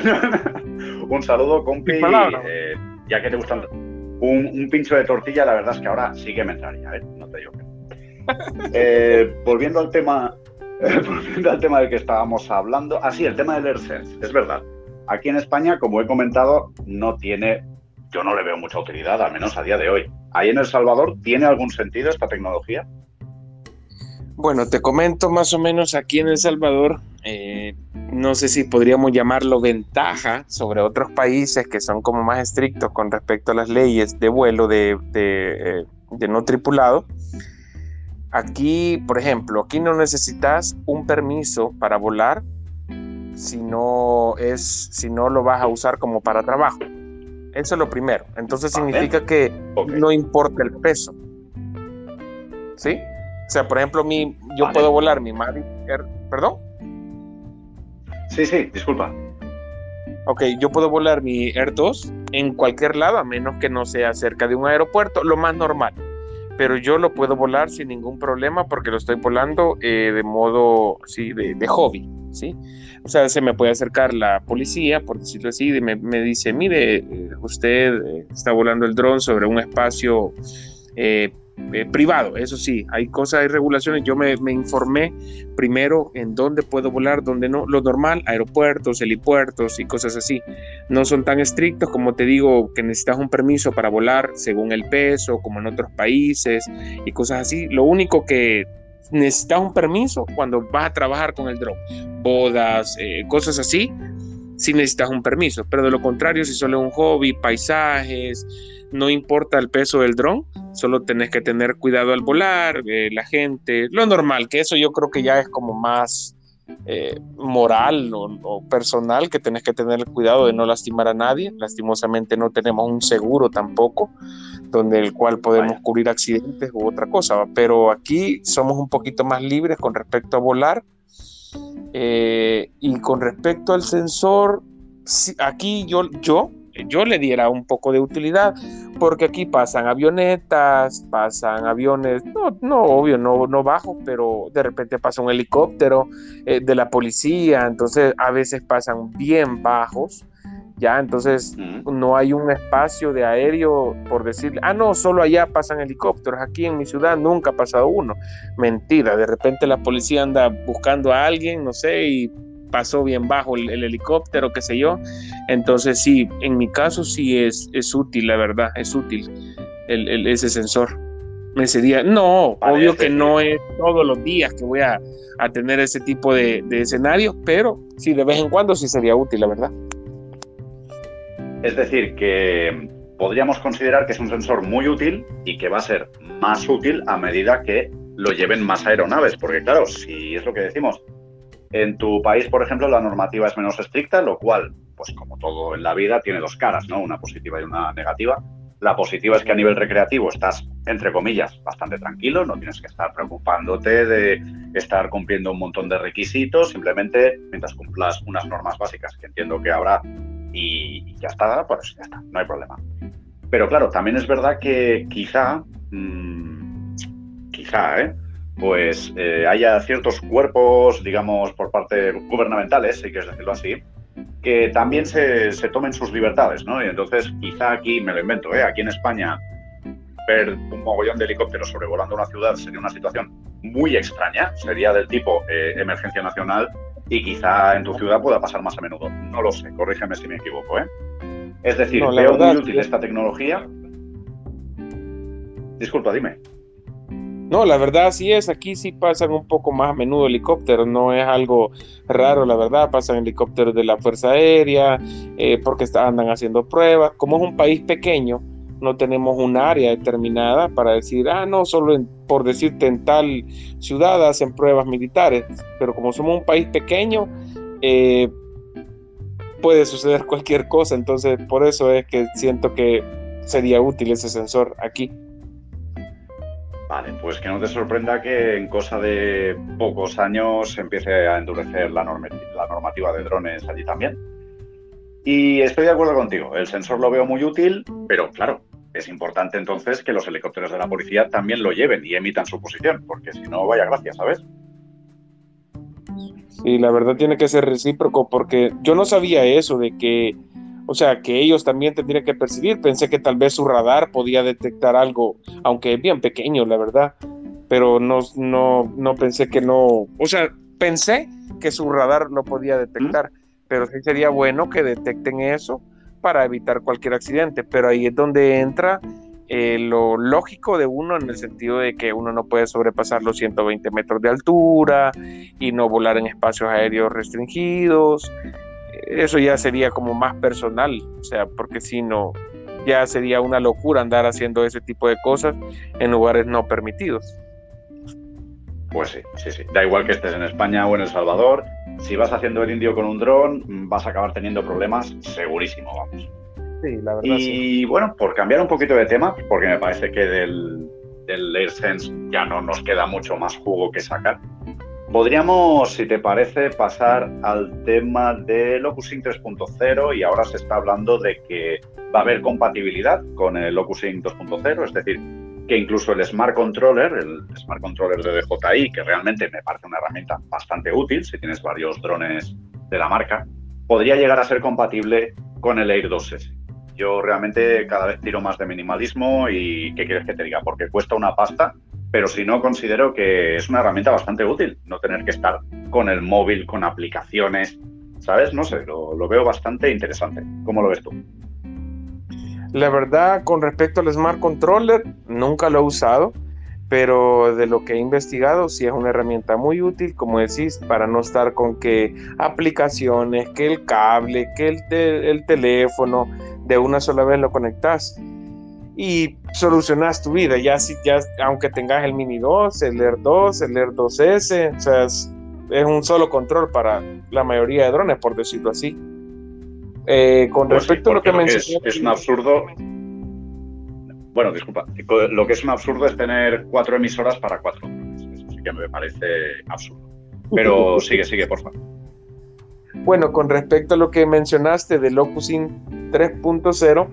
C: Un saludo, compi. Eh, ya que te gustan un, un pincho de tortilla, la verdad es que ahora sí que me entraría, ¿eh? No te digo que no. Eh, volviendo al tema, eh, volviendo al tema del que estábamos hablando. Ah, sí, el tema del AirSense, es verdad. Aquí en España, como he comentado, no tiene, yo no le veo mucha utilidad, al menos a día de hoy. ¿Ahí en El Salvador tiene algún sentido esta tecnología?
B: Bueno, te comento más o menos aquí en El Salvador, eh, no sé si podríamos llamarlo ventaja sobre otros países que son como más estrictos con respecto a las leyes de vuelo de, de, de no tripulado. Aquí, por ejemplo, aquí no necesitas un permiso para volar si no es, si no lo vas a usar como para trabajo. Eso es lo primero. Entonces significa que okay. no importa el peso. ¿Sí? O sea, por ejemplo, mi, yo vale. puedo volar mi Mavic Air, ¿perdón?
C: Sí, sí, disculpa.
B: Ok, yo puedo volar mi Air dos en cualquier lado, a menos que no sea cerca de un aeropuerto, lo más normal. Pero yo lo puedo volar sin ningún problema porque lo estoy volando eh, de modo, sí, de, de hobby, ¿sí? O sea, se me puede acercar la policía, por decirlo así, y me, me dice, mire, usted está volando el dron sobre un espacio eh, Eh, privado. Eso sí, hay cosas, hay regulaciones. Yo me, me informé primero en dónde puedo volar, dónde no. Lo normal, aeropuertos, helipuertos y cosas así. No son tan estrictos como te digo que necesitas un permiso para volar según el peso, como en otros países y cosas así. Lo único que necesitas un permiso cuando vas a trabajar con el dron, bodas, eh, cosas así, sí necesitas un permiso. Pero de lo contrario, si solo es un hobby, paisajes, no importa el peso del dron, solo tenés que tener cuidado al volar, eh, la gente, lo normal, que eso yo creo que ya es como más eh, moral o, o personal, que tenés que tener cuidado de no lastimar a nadie. Lastimosamente no tenemos un seguro tampoco, donde el cual podemos Vaya. cubrir accidentes u otra cosa, pero aquí somos un poquito más libres con respecto a volar. Eh, y con respecto al sensor, aquí yo, yo yo le diera un poco de utilidad, porque aquí pasan avionetas, pasan aviones, no, no obvio, no, no bajos, pero de repente pasa un helicóptero eh, de la policía, entonces a veces pasan bien bajos, ya, entonces uh-huh. no hay un espacio de aéreo por decir, ah, no, solo allá pasan helicópteros, aquí en mi ciudad nunca ha pasado uno. Mentira, de repente la policía anda buscando a alguien, no sé, y pasó bien bajo el, el helicóptero, qué sé yo. Entonces sí, en mi caso sí es, es útil, la verdad, es útil el, el, ese sensor. Ese día, no, vale, obvio que no es todos los días que voy a, a tener ese tipo de, de escenarios, pero sí, de vez en cuando sí sería útil, la verdad.
C: Es decir, que podríamos considerar que es un sensor muy útil y que va a ser más útil a medida que lo lleven más aeronaves, porque claro, si es lo que decimos, en tu país, por ejemplo, la normativa es menos estricta, lo cual, pues como todo en la vida, tiene dos caras, ¿no? Una positiva y una negativa. La positiva es que a nivel recreativo estás, entre comillas, bastante tranquilo, no tienes que estar preocupándote de estar cumpliendo un montón de requisitos, simplemente mientras cumplas unas normas básicas que entiendo que habrá y ya está, pues ya está, no hay problema. Pero claro, también es verdad que quizá, mmm, quizá, ¿eh? pues eh, haya ciertos cuerpos, digamos, por parte gubernamentales, si quieres decirlo así, que también se, se tomen sus libertades, ¿no? Y entonces, quizá aquí, me lo invento, ¿eh? Aquí en España, ver un mogollón de helicópteros sobrevolando una ciudad sería una situación muy extraña, sería del tipo eh, emergencia nacional, y quizá en tu ciudad pueda pasar más a menudo. No lo sé, corrígeme si me equivoco, ¿eh? Es decir, no, veo verdad, muy útil esta tecnología. Disculpa, dime.
B: No, la verdad así es, aquí sí pasan un poco más a menudo helicópteros, no es algo raro, la verdad, pasan helicópteros de la Fuerza Aérea, eh, porque está, andan haciendo pruebas. Como es un país pequeño, no tenemos un área determinada para decir, ah, no, solo en, por decirte en tal ciudad hacen pruebas militares, pero como somos un país pequeño, eh, puede suceder cualquier cosa, entonces por eso es que siento que sería útil ese sensor aquí.
C: Vale, pues que no te sorprenda que en cosa de pocos años se empiece a endurecer la, norm- la normativa de drones allí también. Y estoy de acuerdo contigo, el sensor lo veo muy útil, pero claro, es importante entonces que los helicópteros de la policía también lo lleven y emitan su posición, porque si no, vaya gracia, ¿sabes?
B: Sí, la verdad tiene que ser recíproco, porque yo no sabía eso de que, o sea, que ellos también tendrían que percibir. Pensé que tal vez su radar podía detectar algo, aunque es bien pequeño, la verdad, pero no, no, no pensé que no, o sea, pensé que su radar lo podía detectar, ¿Mm? Pero sí sería bueno que detecten eso para evitar cualquier accidente, pero ahí es donde entra eh, lo lógico de uno, en el sentido de que uno no puede sobrepasar los ciento veinte metros de altura y no volar en espacios aéreos restringidos. Eso ya sería como más personal, o sea, porque si no, ya sería una locura andar haciendo ese tipo de cosas en lugares no permitidos.
C: Pues sí, sí, sí. Da igual que estés en España o en El Salvador, si vas haciendo el indio con un dron, vas a acabar teniendo problemas segurísimo, vamos.
B: Sí, la verdad.
C: Y
B: sí.
C: Bueno, por cambiar un poquito de tema, porque me parece que del, del AirSense ya no nos queda mucho más jugo que sacar, podríamos, si te parece, pasar al tema de LocusSync tres punto cero, y ahora se está hablando de que va a haber compatibilidad con el LocusSync dos punto cero, es decir, que incluso el Smart Controller, el Smart Controller de D J I, que realmente me parece una herramienta bastante útil si tienes varios drones de la marca, podría llegar a ser compatible con el Air dos ese. Yo realmente cada vez tiro más de minimalismo y ¿qué quieres que te diga? Porque cuesta una pasta, pero si no, considero que es una herramienta bastante útil, no tener que estar con el móvil, con aplicaciones, ¿sabes? No sé, lo, lo veo bastante interesante. ¿Cómo lo ves tú?
B: La verdad, con respecto al Smart Controller, nunca lo he usado, pero de lo que he investigado, sí es una herramienta muy útil, como decís, para no estar con que aplicaciones, que el cable, que el, te- el teléfono, de una sola vez lo conectas y solucionas tu vida. Ya, si, ya aunque tengas el Mini dos, el Air dos, el Air dos ese, o sea, es, es un solo control para la mayoría de drones, por decirlo así. Eh, con
C: Pues
B: respecto
C: sí,
B: a lo que
C: mencioné, es, es un absurdo. Bueno, disculpa, lo que es un absurdo es tener cuatro emisoras para cuatro drones. Eso sí que me parece absurdo. Pero sigue, sigue, por favor.
B: Bueno, con respecto a lo que mencionaste de LocusSync tres punto cero,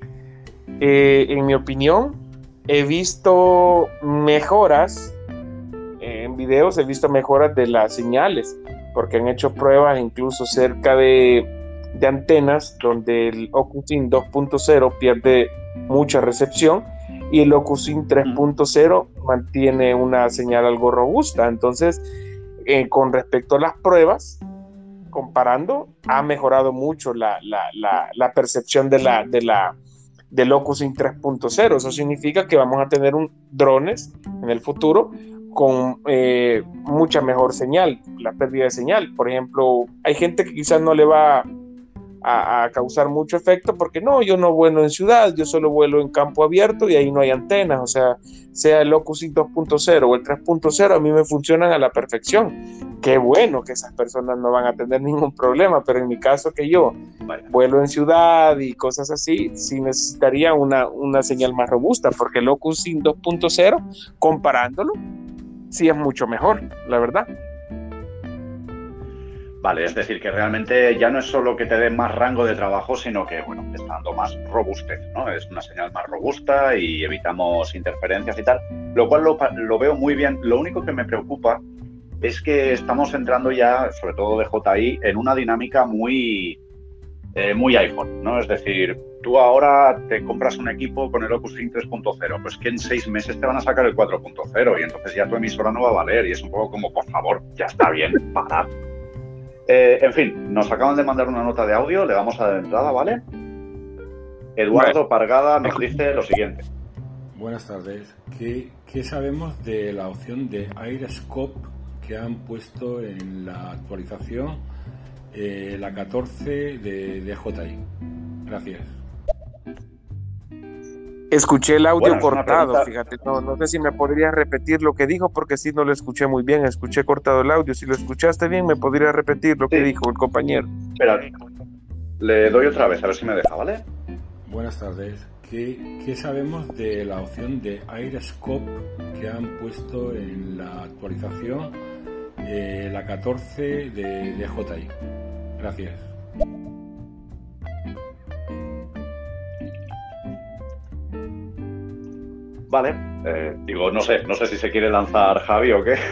B: eh, en mi opinión, he visto mejoras eh, en videos, he visto mejoras de las señales, porque han hecho pruebas incluso cerca de, de antenas donde el LocusSync dos punto cero pierde mucha recepción y el LocusSync tres punto cero mantiene una señal algo robusta. Entonces, eh, con respecto a las pruebas, comparando, ha mejorado mucho la, la, la, la percepción de la, de la de LocusSync tres punto cero. Eso significa que vamos a tener un, drones en el futuro con eh, mucha mejor señal, la pérdida de señal. Por ejemplo, hay gente que quizás no le va a, a causar mucho efecto porque no, yo no vuelo en ciudad, yo solo vuelo en campo abierto y ahí no hay antenas. O sea, sea el LocusSync dos punto cero o el tres punto cero, a mí me funcionan a la perfección. Qué bueno que esas personas no van a tener ningún problema, pero en mi caso, que yo vuelo en ciudad y cosas así, sí necesitaría una, una señal más robusta, porque el LocusSync dos punto cero, comparándolo, sí es mucho mejor, la verdad.
C: Vale, es decir, que realmente ya no es solo que te dé más rango de trabajo, sino que, bueno, te está dando más robustez, ¿no? Es una señal más robusta y evitamos interferencias y tal, lo cual lo, lo veo muy bien. Lo único que me preocupa es que estamos entrando ya, sobre todo de J I, en una dinámica muy, eh, muy iPhone, ¿no? Es decir, tú ahora te compras un equipo con el LocusSync tres punto cero, pues que en seis meses te van a sacar el cuatro punto cero y entonces ya tu emisora no va a valer y es un poco como, por favor, ya está bien, parad. Eh, en fin, nos acaban de mandar una nota de audio, le damos a la entrada, ¿vale? Eduardo Pargada nos dice lo siguiente.
E: Buenas tardes. ¿Qué, qué sabemos de la opción de AirScope que han puesto en la actualización, eh, la catorce de, de J I? Gracias.
B: Escuché el audio
C: Bueno,
B: cortado,
C: pregunta...
B: fíjate, no, no sé si me podrías repetir lo que dijo, porque sí no lo escuché muy bien, escuché cortado el audio. Si lo escuchaste bien, me podrías repetir lo
C: sí.
B: que dijo el compañero.
C: Espera, le doy otra vez, a ver si me deja, ¿vale?
E: Buenas tardes. ¿Qué, qué sabemos de la opción de AirScope que han puesto en la actualización, eh, la catorce de, de J I? Gracias.
C: Vale, eh, digo, no sé, no sé si se quiere lanzar Javi o qué.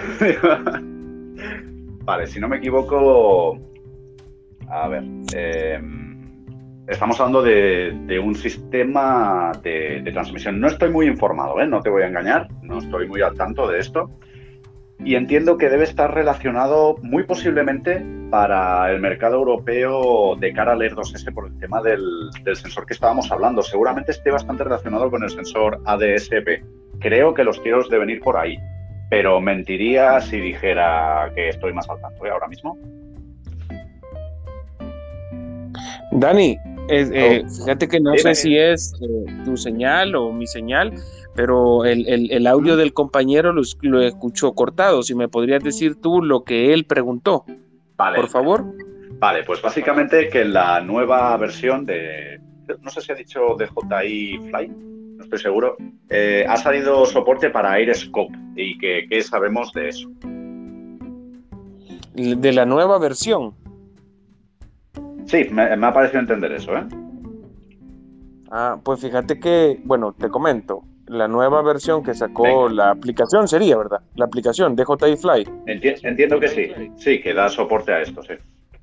C: Vale, si no me equivoco, a ver, eh, estamos hablando de, de un sistema de, de transmisión. No estoy muy informado, ¿eh? No te voy a engañar, no estoy muy al tanto de esto. Y entiendo que debe estar relacionado muy posiblemente para el mercado europeo de cara al Air dos ese por el tema del, del sensor que estábamos hablando. Seguramente esté bastante relacionado con el sensor A D S B. Creo que los tiros deben ir por ahí, pero mentiría si dijera que estoy más al tanto, ¿eh? Ahora mismo.
B: Dani, eh, eh, fíjate que no
C: Dime.
B: sé si es eh, tu señal o mi señal, pero el, el, el audio del compañero lo, lo escuchó cortado. Si me podrías decir tú lo que él preguntó,
C: Vale.
B: por favor.
C: Vale, pues básicamente que la nueva versión de, no sé si ha dicho de J I Fly, no estoy seguro, eh, ha salido soporte para AirScope y que qué sabemos de eso.
B: De la nueva versión.
C: Sí, me, me ha parecido entender eso, ¿eh?
B: Ah, pues fíjate que, bueno, te comento, la nueva versión que sacó
C: Venga.
B: la aplicación sería, ¿verdad? La aplicación de J I Fly.
C: Enti- entiendo que sí, sí, que da soporte a esto, sí.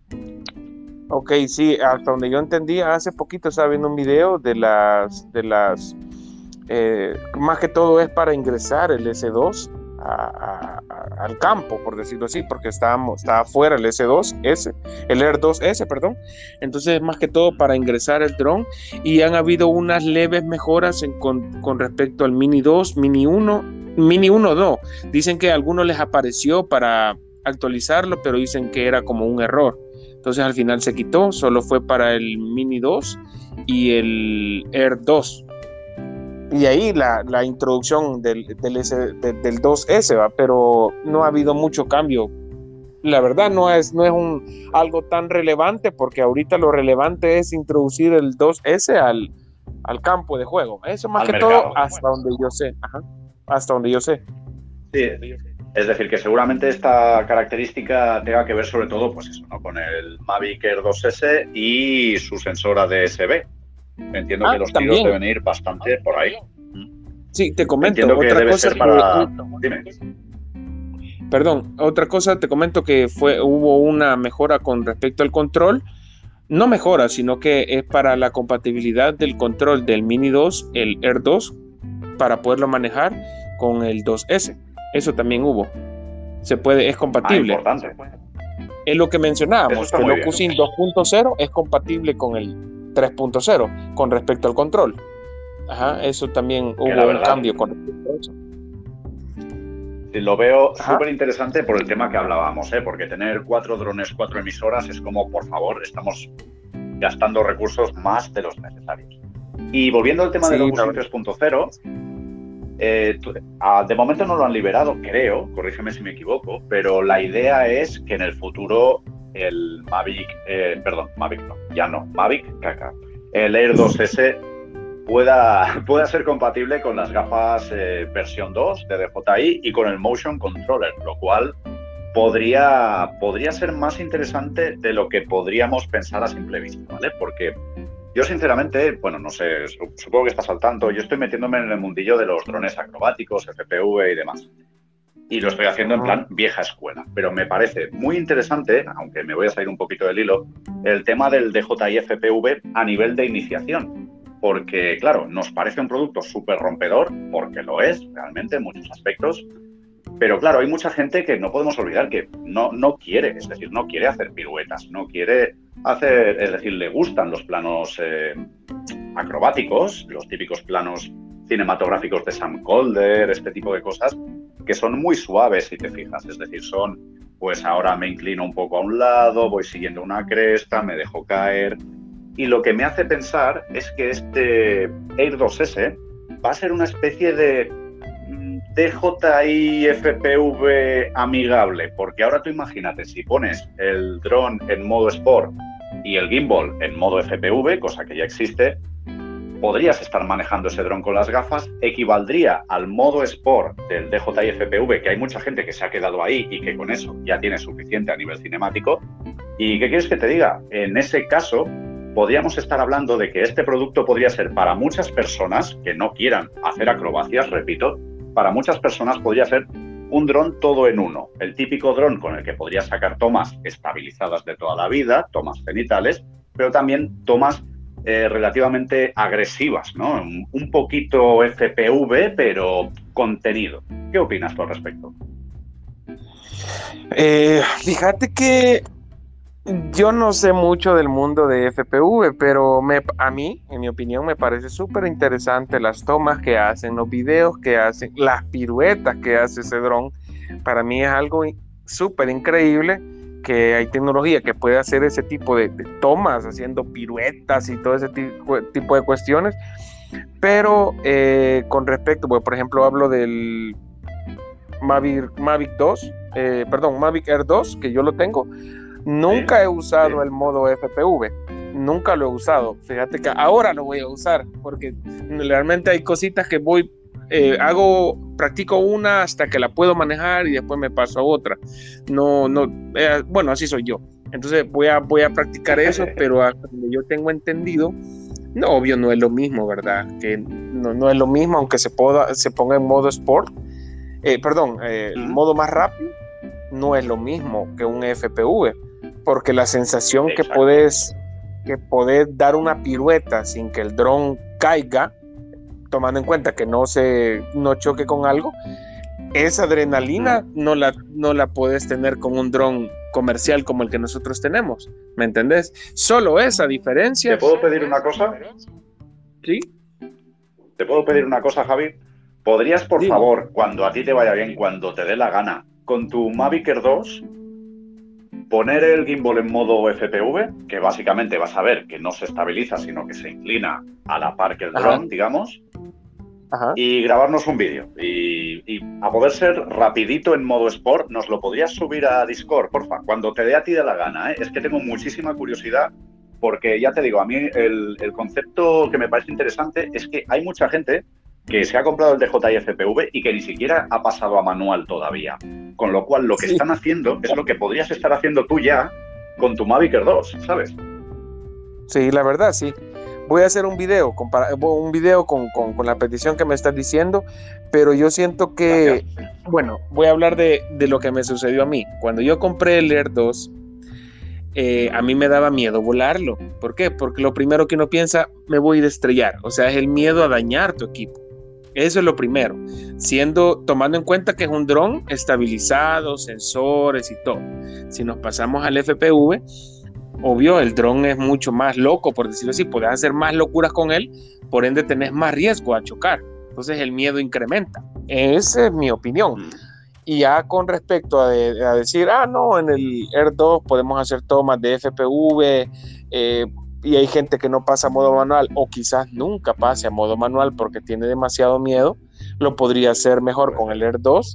B: Ok, sí, hasta donde yo entendí, hace poquito estaba viendo un video de las, de las, eh, más que todo es para ingresar el ese dos a, a, a, al campo, por decirlo así, porque estábamos, estaba fuera el ese dos ese, el Air dos ese, perdón. Entonces, más que todo para ingresar el dron, y han habido unas leves mejoras en, con, con respecto al Mini dos, Mini uno, Mini uno no. Dicen que a algunos les apareció para actualizarlo, pero dicen que era como un error. Entonces al final se quitó, solo fue para el Mini dos y el Air dos. Y ahí la, la introducción del, del, S, de, del dos ese, ¿va? Pero no ha habido mucho cambio. La verdad no es, no es un, algo tan relevante, porque ahorita lo relevante es introducir el dos ese al, al campo de juego. Eso más
C: Al
B: que
C: mercado.
B: todo hasta donde yo sé. Ajá. Hasta donde yo sé.
C: Sí, es decir, que seguramente esta característica tenga que ver sobre todo, pues eso, ¿no? Con el Mavic Air dos ese y su sensor A D S B. Entiendo
B: Ah,
C: que los
B: también.
C: tiros deben ir bastante por ahí.
B: Sí, te comento.
C: Entiendo que
B: otra
C: debe
B: cosa
C: ser para...
B: que,
C: Dime.
B: Perdón, otra cosa te comento que fue, hubo una mejora con respecto al control. No mejora, sino que es para la compatibilidad del control del Mini dos, el Air dos, para poderlo manejar con el dos ese. Eso también hubo. Se puede, es compatible.
C: Ah, importante.
B: Es lo que
C: Eso
B: mencionábamos,
C: está
B: que
C: muy
B: el
C: bien.
B: OcuSync dos punto cero es compatible con el tres punto cero con respecto al control. Ajá, eso también hubo
C: la
B: un
C: verdad-
B: cambio con respecto a eso.
C: Sí, lo veo
B: Ajá.
C: súper interesante por el tema que hablábamos, ¿eh? Porque tener cuatro drones, cuatro emisoras es como, por favor, estamos gastando recursos más de los necesarios. Y volviendo al tema
B: Sí,
C: del
B: la
C: OcuSync
B: verdad.
C: tres punto cero, eh, tú- ah, de momento no lo han liberado, creo, corrígeme si me equivoco, pero la idea es que en el futuro el Mavic, eh, perdón, Mavic no, ya no, Mavic, caca, el Air dos ese pueda, pueda ser compatible con las gafas eh, versión dos de D J I y con el Motion Controller, lo cual podría, podría ser más interesante de lo que podríamos pensar a simple vista, ¿vale? Porque yo sinceramente, bueno, no sé, su- supongo que estás al tanto, yo estoy metiéndome en el mundillo de los drones acrobáticos, F P V y demás. Y lo estoy haciendo en plan vieja escuela, pero me parece muy interesante, aunque me voy a salir un poquito del hilo, el tema del D J I F P V a nivel de iniciación. Porque, claro, nos parece un producto súper rompedor, porque lo es realmente en muchos aspectos, pero claro, hay mucha gente que no podemos olvidar que no, no quiere, es decir, no quiere hacer piruetas, no quiere hacer, es decir, le gustan los planos eh, acrobáticos, los típicos planos cinematográficos de Sam Colder, este tipo de cosas, que son muy suaves, si te fijas. Es decir, son, pues ahora me inclino un poco a un lado, voy siguiendo una cresta, me dejo caer. Y lo que me hace pensar es que este Air dos ese va a ser una especie de D J I F P V amigable, porque ahora tú imagínate, si pones el dron en modo Sport y el gimbal en modo F P V, cosa que ya existe, podrías estar manejando ese dron con las gafas, equivaldría al modo Sport del D J I F P V, que hay mucha gente que se ha quedado ahí y que con eso ya tiene suficiente a nivel cinemático. ¿Y qué quieres que te diga? En ese caso, podríamos estar hablando de que este producto podría ser para muchas personas que no quieran hacer acrobacias, repito, para muchas personas podría ser un dron todo en uno. El típico dron con el que podrías sacar tomas estabilizadas de toda la vida, tomas cenitales, pero también tomas eh, relativamente agresivas, ¿no? Un, un poquito F P V, pero contenido. ¿Qué opinas tú al respecto?
B: Eh, fíjate que yo no sé mucho del mundo de F P V, pero me, a mí, en mi opinión, me parece súper interesante las tomas que hacen, los videos que hacen, las piruetas que hace ese dron. Para mí es algo súper increíble que hay tecnología que puede hacer ese tipo de, de tomas, haciendo piruetas y todo ese tipo, tipo de cuestiones. Pero eh, con respecto, pues, por ejemplo, hablo del Mavic, Mavic dos, eh, perdón, Mavic Air dos, que yo lo tengo. Nunca sí, he usado sí. el modo F P V, nunca lo he usado. Fíjate que ahora lo voy a usar porque realmente hay cositas que voy, eh, hago, practico una hasta que la puedo manejar y después me paso a otra. No, no, eh, bueno, así soy yo. Entonces voy a, voy a practicar eso, pero hasta donde yo tengo entendido, no, obvio no es lo mismo, ¿verdad? Que no, no es lo mismo, aunque se, pueda, se ponga en modo Sport, eh, perdón, eh, el modo más rápido, no es lo mismo que un F P V. Porque la sensación Exacto. que puedes que puedes dar una pirueta sin que el dron caiga, tomando en cuenta que no se no choque con algo, esa adrenalina mm. no la no la puedes tener con un dron comercial como el que nosotros tenemos, ¿me entendés? Solo esa diferencia.
C: ¿Te puedo pedir una cosa?
B: Sí.
C: ¿Te puedo pedir una cosa, Javi? ¿Podrías, por
B: sí.
C: favor, cuando a ti te vaya bien, cuando te dé la gana, con tu Mavic Air dos, poner el gimbal en modo F P V, que básicamente vas a ver que no se estabiliza, sino que se inclina a la par que el dron, digamos, Ajá. y grabarnos un vídeo. Y, y a poder ser rapidito en modo Sport, ¿nos lo podrías subir a Discord, porfa? Cuando te dé a ti de la gana, ¿eh? Es que tengo muchísima curiosidad, porque ya te digo, a mí el, el concepto que me parece interesante es que hay mucha gente que se ha comprado el D J I F P V y que ni siquiera ha pasado a manual todavía. Con lo cual, lo que sí. están haciendo es lo que podrías estar haciendo tú ya con tu Mavic Air dos, ¿sabes?
B: Sí, la verdad, sí. Voy a hacer un video, un video con, con, con la petición que me estás diciendo, pero yo siento que, Gracias. bueno, voy a hablar de, de lo que me sucedió a mí. Cuando yo compré el Air dos, eh, a mí me daba miedo volarlo. ¿Por qué? Porque lo primero que uno piensa, me voy a ir a estrellar. O sea, es el miedo a dañar tu equipo. Eso es lo primero, siendo, tomando en cuenta que es un dron estabilizado, sensores y todo. Si nos pasamos al F P V, obvio, el dron es mucho más loco, por decirlo así, puedes hacer más locuras con él, por ende tenés más riesgo a chocar, entonces el miedo incrementa. Esa es mi opinión. Y ya con respecto a, de, a decir, ah, no, en el Air dos podemos hacer tomas de F P V, eh, y hay gente que no pasa a modo manual o quizás nunca pase a modo manual porque tiene demasiado miedo, lo podría hacer mejor con el Air dos.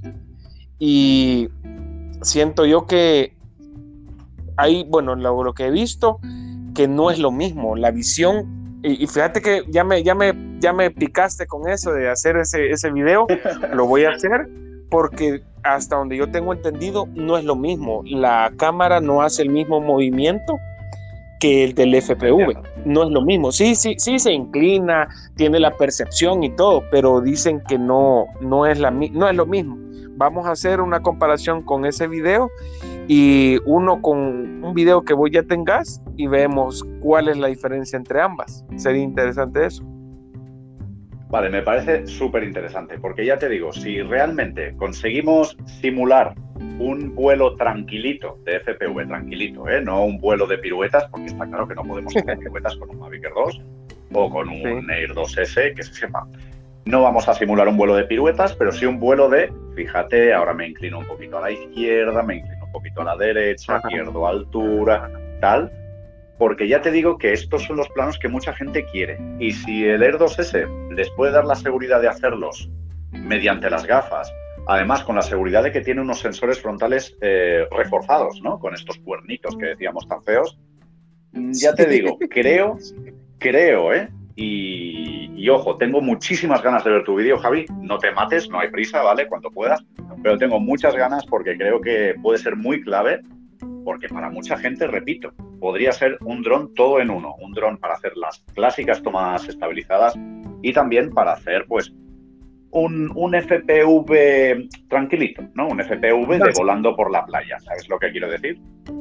B: Y siento yo que hay, bueno, lo, lo que he visto, que no es lo mismo, la visión, y, y fíjate que ya me, ya, me, ya me picaste con eso de hacer ese, ese video, lo voy a hacer porque hasta donde yo tengo entendido no es lo mismo, la cámara no hace el mismo movimiento que el del F P V, no es lo mismo, sí, sí, sí se inclina, tiene la percepción y todo, pero dicen que no, no es la, no es lo mismo. Vamos a hacer una comparación con ese video y uno con un video que vos ya tengas y vemos cuál es la diferencia entre ambas. Sería interesante eso.
C: Vale, me parece súper interesante, porque ya te digo, si realmente conseguimos simular un vuelo tranquilito de F P V, tranquilito, ¿eh? No un vuelo de piruetas, porque está claro que no podemos hacer piruetas con un Mavic Air dos o con un sí. Air dos ese, que se sepa. No vamos a simular un vuelo de piruetas, pero sí un vuelo de, fíjate, ahora me inclino un poquito a la izquierda, me inclino un poquito a la derecha,
B: Ajá.
C: pierdo altura, tal. Porque ya te digo que estos son los planos que mucha gente quiere. Y si el Air dos ese les puede dar la seguridad de hacerlos mediante las gafas, además con la seguridad de que tiene unos sensores frontales eh, reforzados, ¿no? Con estos cuernitos que decíamos tan feos, ya te digo, creo, creo, ¿eh? Y, y ojo, tengo muchísimas ganas de ver tu vídeo, Javi. No te mates, no hay prisa, ¿vale? Cuando puedas. Pero tengo muchas ganas porque creo que puede ser muy clave. Porque para mucha gente, repito, podría ser un dron todo en uno. Un dron para hacer las clásicas tomas estabilizadas y también para hacer, pues, un, un F P V tranquilito, ¿no? Un F P V de volando por la playa. ¿Sabes lo que quiero decir?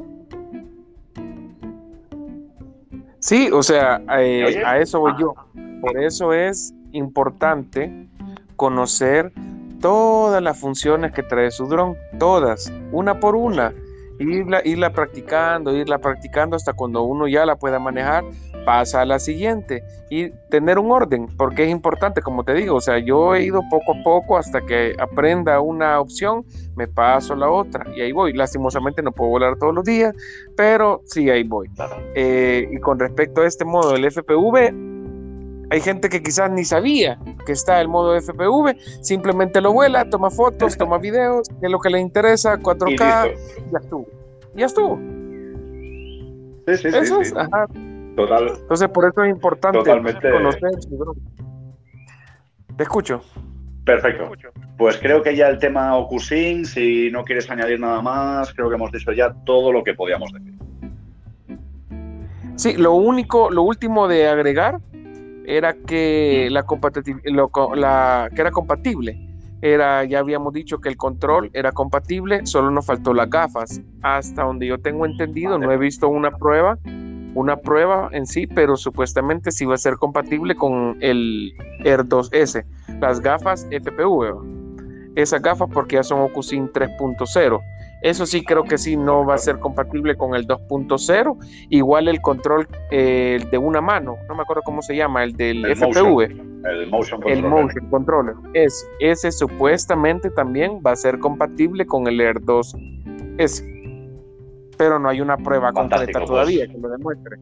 B: Sí, o sea, eh, a eso voy yo. Por eso es importante conocer todas las funciones que trae su dron, todas, una por una. Irla, irla practicando, irla practicando hasta cuando uno ya la pueda manejar, pasa a la siguiente y tener un orden, porque es importante, como te digo, o sea, yo he ido poco a poco hasta que aprenda una opción, me paso a la otra y ahí voy. Lastimosamente no puedo volar todos los días, pero sí, ahí voy. Eh, y con respecto a este modo del F P V, hay gente que quizás ni sabía que está el modo F P V, simplemente lo vuela, toma fotos, toma videos, que es lo que le interesa, cuatro K, y ya estuvo. Ya estuvo.
C: Sí, sí,
B: eso
C: sí,
B: es,
C: sí.
B: ajá.
C: Total.
B: Entonces, por eso es importante
C: Totalmente.
B: conocer su dron. Te escucho.
C: Perfecto. Pues creo que ya el tema OcuSync, si no quieres añadir nada más, creo que hemos dicho ya todo lo que podíamos decir.
B: Sí, lo único, lo último de agregar era que la compatibil- lo, la, que era compatible. Era, ya habíamos dicho que el control era compatible, solo nos faltó las gafas. Hasta donde yo tengo entendido, vale. No he visto una prueba, una prueba en sí, pero supuestamente sí va a ser compatible con el Air dos ese. Las gafas F P V, esas gafas porque ya son OcuSync tres punto cero. Eso sí creo que sí no va a ser compatible con el dos punto cero. Igual el control eh, de una mano, no me acuerdo cómo se llama, el del el F P V.
C: Motion, el Motion Controller.
B: El Motion Controller. Es, ese supuestamente también va a ser compatible con el Air dos ese. Pero no hay una prueba
C: Fantástico,
B: completa todavía
C: pues.
B: que lo demuestre.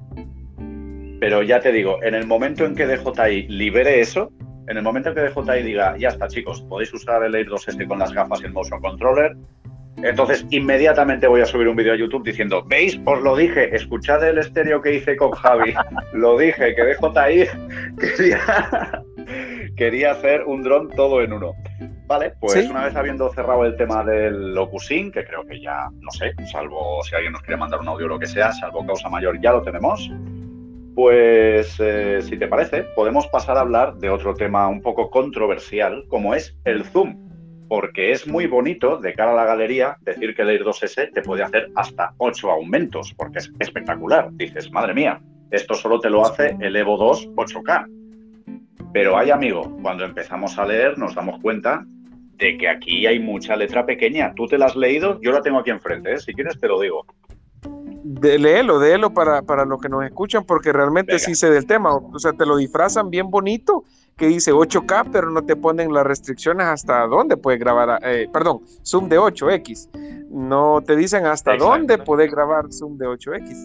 C: Pero ya te digo, en el momento en que D J I libere eso, en el momento en que D J I diga, ya está chicos, podéis usar el Air dos ese con las gafas y el Motion Controller, entonces inmediatamente voy a subir un vídeo a YouTube diciendo, ¿veis? Os lo dije, escuchad el estéreo que hice con Javi, lo dije, que D J I quería, quería hacer un dron todo en uno. Vale, pues ¿sí? Una vez habiendo cerrado el tema del OcuSync, que creo que ya, no sé, salvo si alguien nos quiere mandar un audio o lo que sea, salvo causa mayor, ya lo tenemos. Pues, eh, si te parece, podemos pasar a hablar de otro tema un poco controversial, como es el zoom. Porque es muy bonito, de cara a la galería, decir que el Air dos ese te puede hacer hasta ocho aumentos, porque es espectacular. Dices, madre mía, esto solo te lo hace el Evo dos ocho K. Pero ay, amigo, cuando empezamos a leer nos damos cuenta de que aquí hay mucha letra pequeña. ¿Tú te la has leído? Yo la tengo aquí enfrente, ¿eh? Si quieres te lo digo.
B: De, léelo, léelo para, para los que nos escuchan, porque realmente Venga. Sí sé del tema. O sea, te lo disfrazan bien bonito, que dice ocho K, pero no te ponen las restricciones hasta dónde puedes grabar, eh, perdón, zoom de ocho equis. No te dicen hasta Exacto. dónde puedes grabar zoom de ocho equis.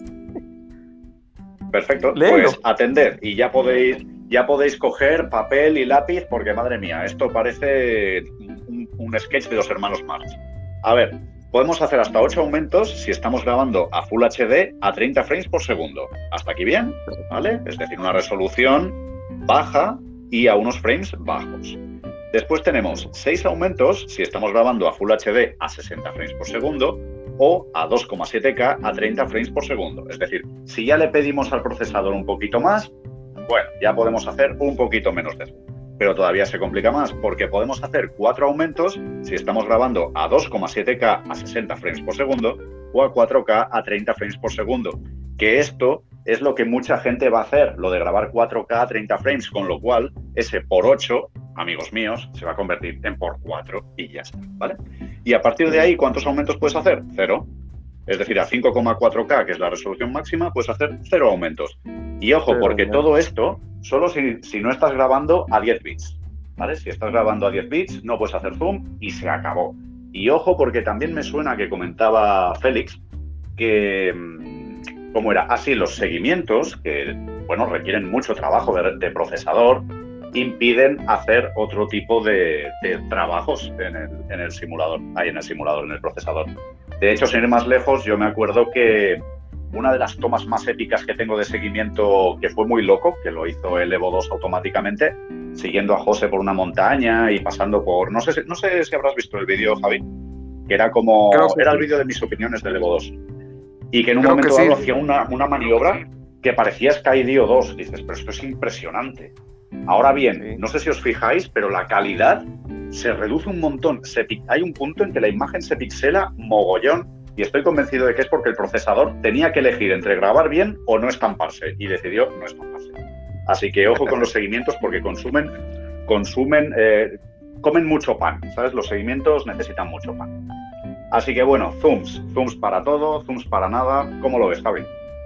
C: Perfecto, léelo. Pues atender y ya podéis, ya podéis coger papel y lápiz, porque madre mía, esto parece un, un sketch de los hermanos Marx. A ver, podemos hacer hasta ocho aumentos si estamos grabando a Full H D a treinta frames por segundo. Hasta aquí bien, ¿vale? Es decir, una resolución baja y a unos frames bajos. Después tenemos seis aumentos si estamos grabando a Full H D a sesenta frames por segundo o a dos coma siete K a treinta frames por segundo. Es decir, si ya le pedimos al procesador un poquito más, bueno, ya podemos hacer un poquito menos de eso. Pero todavía se complica más porque podemos hacer cuatro aumentos si estamos grabando a dos coma siete K a sesenta frames por segundo o a cuatro K a treinta frames por segundo. Que esto es lo que mucha gente va a hacer, lo de grabar cuatro K a treinta frames, con lo cual ese por ocho, amigos míos, se va a convertir en por cuatro y ya está, ¿vale? Y a partir de ahí, ¿cuántos aumentos puedes hacer? Cero. Es decir, a cinco coma cuatro K, que es la resolución máxima, puedes hacer cero aumentos. Y ojo, porque todo esto, solo si, si no estás grabando a diez bits, ¿vale? Si estás grabando a diez bits, no puedes hacer zoom y se acabó. Y ojo, porque también me suena que comentaba Félix que, ¿cómo era? Así, ah, los seguimientos, que, bueno, requieren mucho trabajo de, de procesador, impiden hacer otro tipo de, de trabajos en el, en el simulador, ahí en el simulador, en el procesador. De hecho, sin ir más lejos, yo me acuerdo que una de las tomas más épicas que tengo de seguimiento, que fue muy loco, que lo hizo el Evo dos automáticamente, siguiendo a José por una montaña y pasando por... No sé si, no sé si habrás visto el vídeo, Javi, que era como... Que era sí. El vídeo de mis opiniones del Evo dos. Y que en un Creo momento dado sí. hacía una, una maniobra que parecía Skydio dos. Dices, pero esto es impresionante. Ahora bien, sí. no sé si os fijáis, pero la calidad se reduce un montón. Se, hay un punto en que la imagen se pixela mogollón y estoy convencido de que es porque el procesador tenía que elegir entre grabar bien o no estamparse y decidió no estamparse. Así que ojo con los seguimientos porque consumen, consumen, eh, comen mucho pan, ¿sabes? Los seguimientos necesitan mucho pan. Así que bueno, zooms, zooms para todo, zooms para nada. ¿Cómo lo ves, Javi?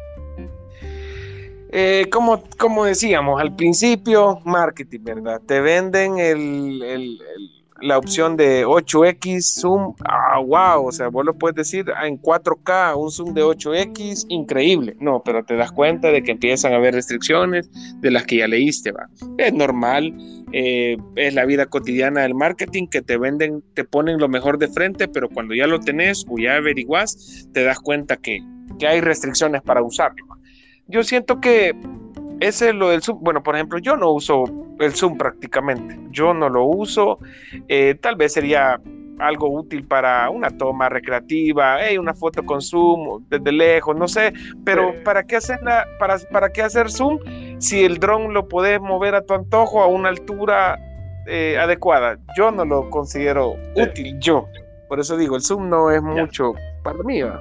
B: Eh, como, como decíamos al principio, marketing, ¿verdad? Te venden el, el, el, la opción de ocho equis zoom, ah, wow, o sea, vos lo puedes decir en cuatro K, un zoom de ocho equis, increíble. No, pero te das cuenta de que empiezan a haber restricciones de las que ya leíste, va. Es normal, eh, es la vida cotidiana del marketing que te venden, te ponen lo mejor de frente, pero cuando ya lo tenés o ya averiguás, te das cuenta que, que hay restricciones para usarlo. Yo siento que ese es lo del zoom. Bueno, por ejemplo, yo no uso el zoom prácticamente. Yo no lo uso. Eh, tal vez sería algo útil para una toma recreativa, hey, una foto con zoom desde lejos, no sé. Pero sí. ¿para qué hacerla, para, para qué hacer zoom si el dron lo podés mover a tu antojo a una altura eh, adecuada? Yo no lo considero sí. útil, yo. Por eso digo, el zoom no es mucho ya. para mí, ¿verdad?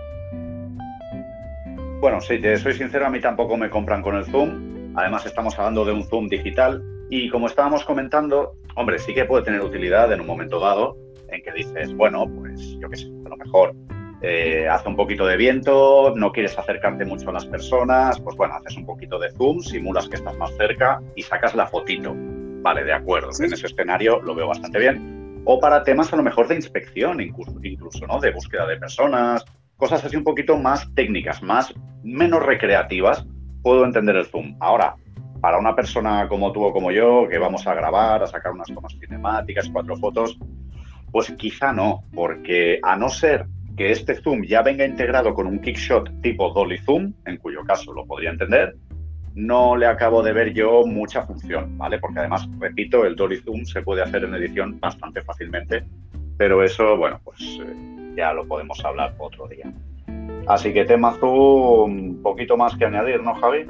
C: Bueno, si te soy sincero, a mí tampoco me compran con el zoom. Además, estamos hablando de un zoom digital. Y como estábamos comentando, hombre, sí que puede tener utilidad en un momento dado en que dices, bueno, pues yo qué sé, a lo mejor eh, hace un poquito de viento, no quieres acercarte mucho a las personas, pues bueno, haces un poquito de zoom, simulas que estás más cerca y sacas la fotito. Vale, de acuerdo. Sí. En ese escenario lo veo bastante bien. O para temas a lo mejor de inspección, incluso, incluso ¿no? De búsqueda de personas. Cosas así un poquito más técnicas, más menos recreativas, puedo entender el zoom. Ahora, para una persona como tú o como yo, que vamos a grabar, a sacar unas tomas cinemáticas, cuatro fotos, pues quizá no, porque a no ser que este zoom ya venga integrado con un kickshot tipo dolly zoom, en cuyo caso lo podría entender, no le acabo de ver yo mucha función, ¿vale? Porque además, repito, el dolly zoom se puede hacer en edición bastante fácilmente, pero eso, bueno, pues... Eh, ya lo podemos hablar otro día. Así que tema zoom, un poquito más que añadir, ¿no, Javi?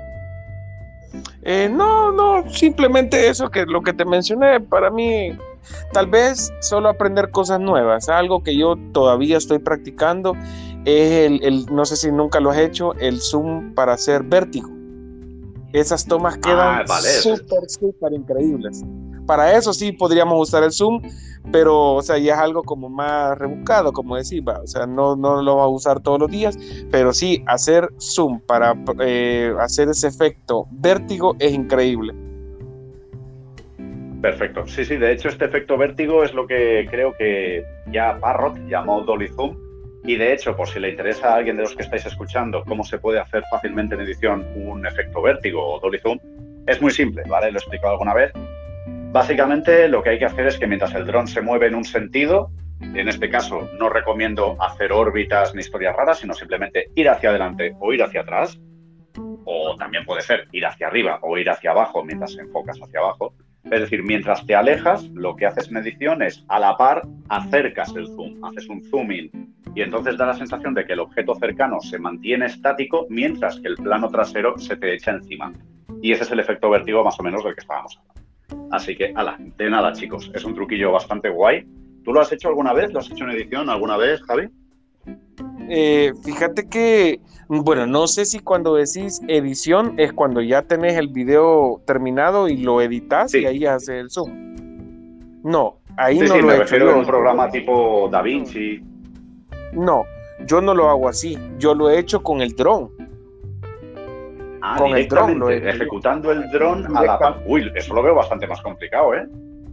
B: Eh, no, no, simplemente eso, que lo que te mencioné, para mí, tal vez solo aprender cosas nuevas, algo que yo todavía estoy practicando, es el, el no sé si nunca lo has hecho, el zoom para hacer vértigo. Esas tomas quedan súper, ah, súper increíbles. Para eso sí podríamos usar el zoom, pero o sea, ya es algo como más rebuscado, como decir, va, o sea, no, no lo va a usar todos los días, pero sí hacer zoom para eh, hacer ese efecto vértigo es increíble.
C: Perfecto, sí, sí, de hecho este efecto vértigo es lo que creo que ya Parrot llamó dolly zoom, y de hecho, por si le interesa a alguien de los que estáis escuchando cómo se puede hacer fácilmente en edición un efecto vértigo o dolly zoom, es muy simple, ¿vale? Lo he explicado alguna vez. Básicamente lo que hay que hacer es que mientras el dron se mueve en un sentido, en este caso no recomiendo hacer órbitas ni historias raras, sino simplemente ir hacia adelante o ir hacia atrás, o también puede ser ir hacia arriba o ir hacia abajo mientras enfocas hacia abajo. Es decir, mientras te alejas, lo que haces en edición es, a la par, acercas el zoom, haces un zoom in, y entonces da la sensación de que el objeto cercano se mantiene estático mientras que el plano trasero se te echa encima. Y ese es el efecto vértigo más o menos del que estábamos hablando. Así que, ala, de nada, chicos. Es un truquillo bastante guay. ¿Tú lo has hecho alguna vez? ¿Lo has hecho en edición alguna vez, Javi?
B: Eh, fíjate que, bueno, no sé si cuando decís edición es cuando ya tenés el video terminado y lo editas sí. y ahí haces el zoom. No, ahí
C: sí,
B: no
C: sí,
B: lo
C: me
B: he
C: refiero
B: hecho
C: a un programa tipo DaVinci.
B: No, yo no lo hago así. Yo lo he hecho con el dron.
C: Ah, con el dron, lo he ejecutando el dron a la par. Uy, eso lo veo bastante más complicado, ¿eh?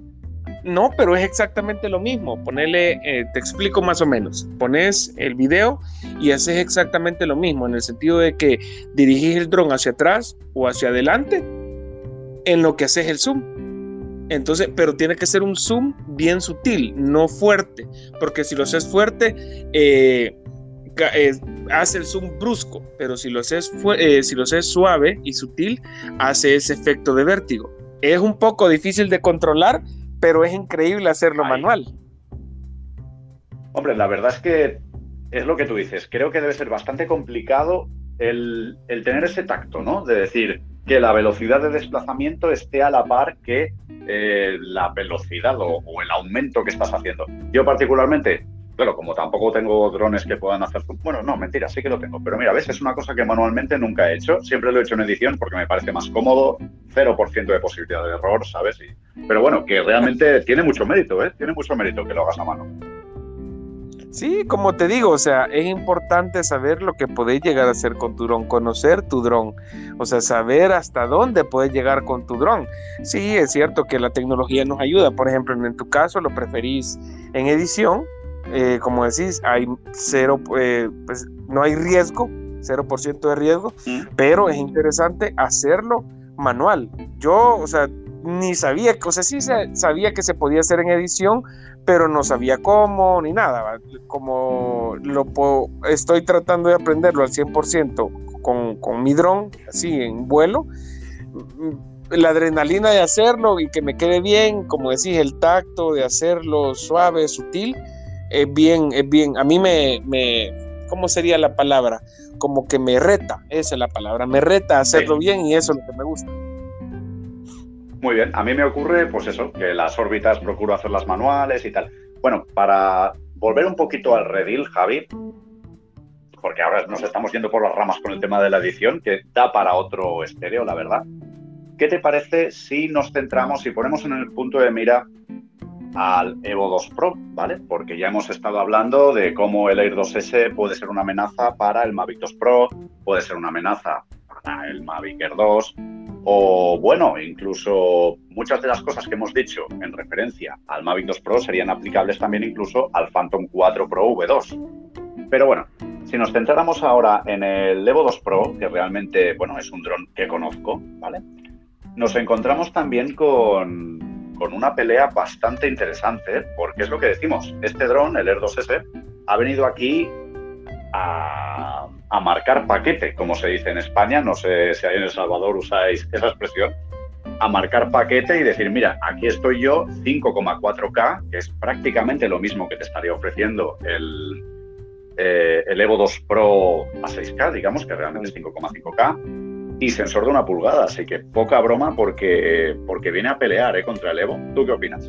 B: No, pero es exactamente lo mismo. Ponele, eh, te explico más o menos. Pones el video y haces exactamente lo mismo, en el sentido de que dirigís el dron hacia atrás o hacia adelante en lo que haces el zoom. Entonces, pero tiene que ser un zoom bien sutil, no fuerte, porque si lo haces fuerte, eh, eh, hace el zoom brusco, pero si lo haces, eh, si lo haces suave y sutil, hace ese efecto de vértigo. Es un poco difícil de controlar, pero es increíble hacerlo Ay. manual.
C: Hombre, la verdad es que es lo que tú dices. Creo que debe ser bastante complicado el, el tener ese tacto, ¿no? De decir que la velocidad de desplazamiento esté a la par que eh, la velocidad o, o el aumento que estás haciendo. Yo particularmente, claro, como tampoco tengo drones que puedan hacer... Bueno, no, mentira, sí que lo tengo. Pero mira, ves, es una cosa que manualmente nunca he hecho. Siempre lo he hecho en edición porque me parece más cómodo, cero por ciento de posibilidad de error, ¿sabes? Y, pero bueno, que realmente tiene mucho mérito, ¿eh? Tiene mucho mérito que lo hagas a mano.
B: Sí, como te digo, o sea, es importante saber lo que podés llegar a hacer con tu dron, conocer tu dron, o sea, saber hasta dónde puedes llegar con tu dron. Sí, es cierto que la tecnología nos ayuda, por ejemplo, en tu caso lo preferís en edición, eh, como decís, hay cero, eh, pues no hay riesgo, cero por ciento de riesgo, ¿Mm? Pero es interesante hacerlo manual. Yo, o sea, ni sabía, o sea, sí sabía que se podía hacer en edición, pero no sabía cómo ni nada. Como lo po- estoy tratando de aprenderlo al cien por ciento con, con mi dron, así en vuelo, la adrenalina de hacerlo y que me quede bien, como decís, el tacto de hacerlo suave, sutil, es bien, es bien, a mí me, me, ¿cómo sería la palabra? Como que me reta, esa es la palabra, me reta a hacerlo sí. bien y eso es lo que me gusta.
C: Muy bien, a mí me ocurre, pues eso, que las órbitas procuro hacerlas manuales y tal. Bueno, para volver un poquito al redil, Javi, porque ahora nos estamos yendo por las ramas con el tema de la edición, que da para otro estéreo, la verdad. ¿Qué te parece si nos centramos y ponemos en el punto de mira al Evo dos Pro, ¿vale? Porque ya hemos estado hablando de cómo el Air dos ese puede ser una amenaza para el Mavic dos Pro, puede ser una amenaza para el Mavic Air dos, o bueno, incluso muchas de las cosas que hemos dicho en referencia al Mavic dos Pro serían aplicables también incluso al Phantom cuatro Pro V dos. Pero bueno, si nos centráramos ahora en el Evo dos Pro, que realmente, bueno, es un dron que conozco, ¿vale? Nos encontramos también con, con una pelea bastante interesante, porque es lo que decimos, este dron, el Air dos ese, ha venido aquí a, a marcar paquete, como se dice en España, no sé si ahí en El Salvador usáis esa expresión, a marcar paquete y decir, mira, aquí estoy yo, cinco coma cuatro K, que es prácticamente lo mismo que te estaría ofreciendo el, eh, el Evo dos Pro a seis K, digamos, que realmente es cinco coma cinco K, y sensor de una pulgada, así que poca broma porque, porque viene a pelear ¿eh? contra el Evo. ¿Tú qué opinas?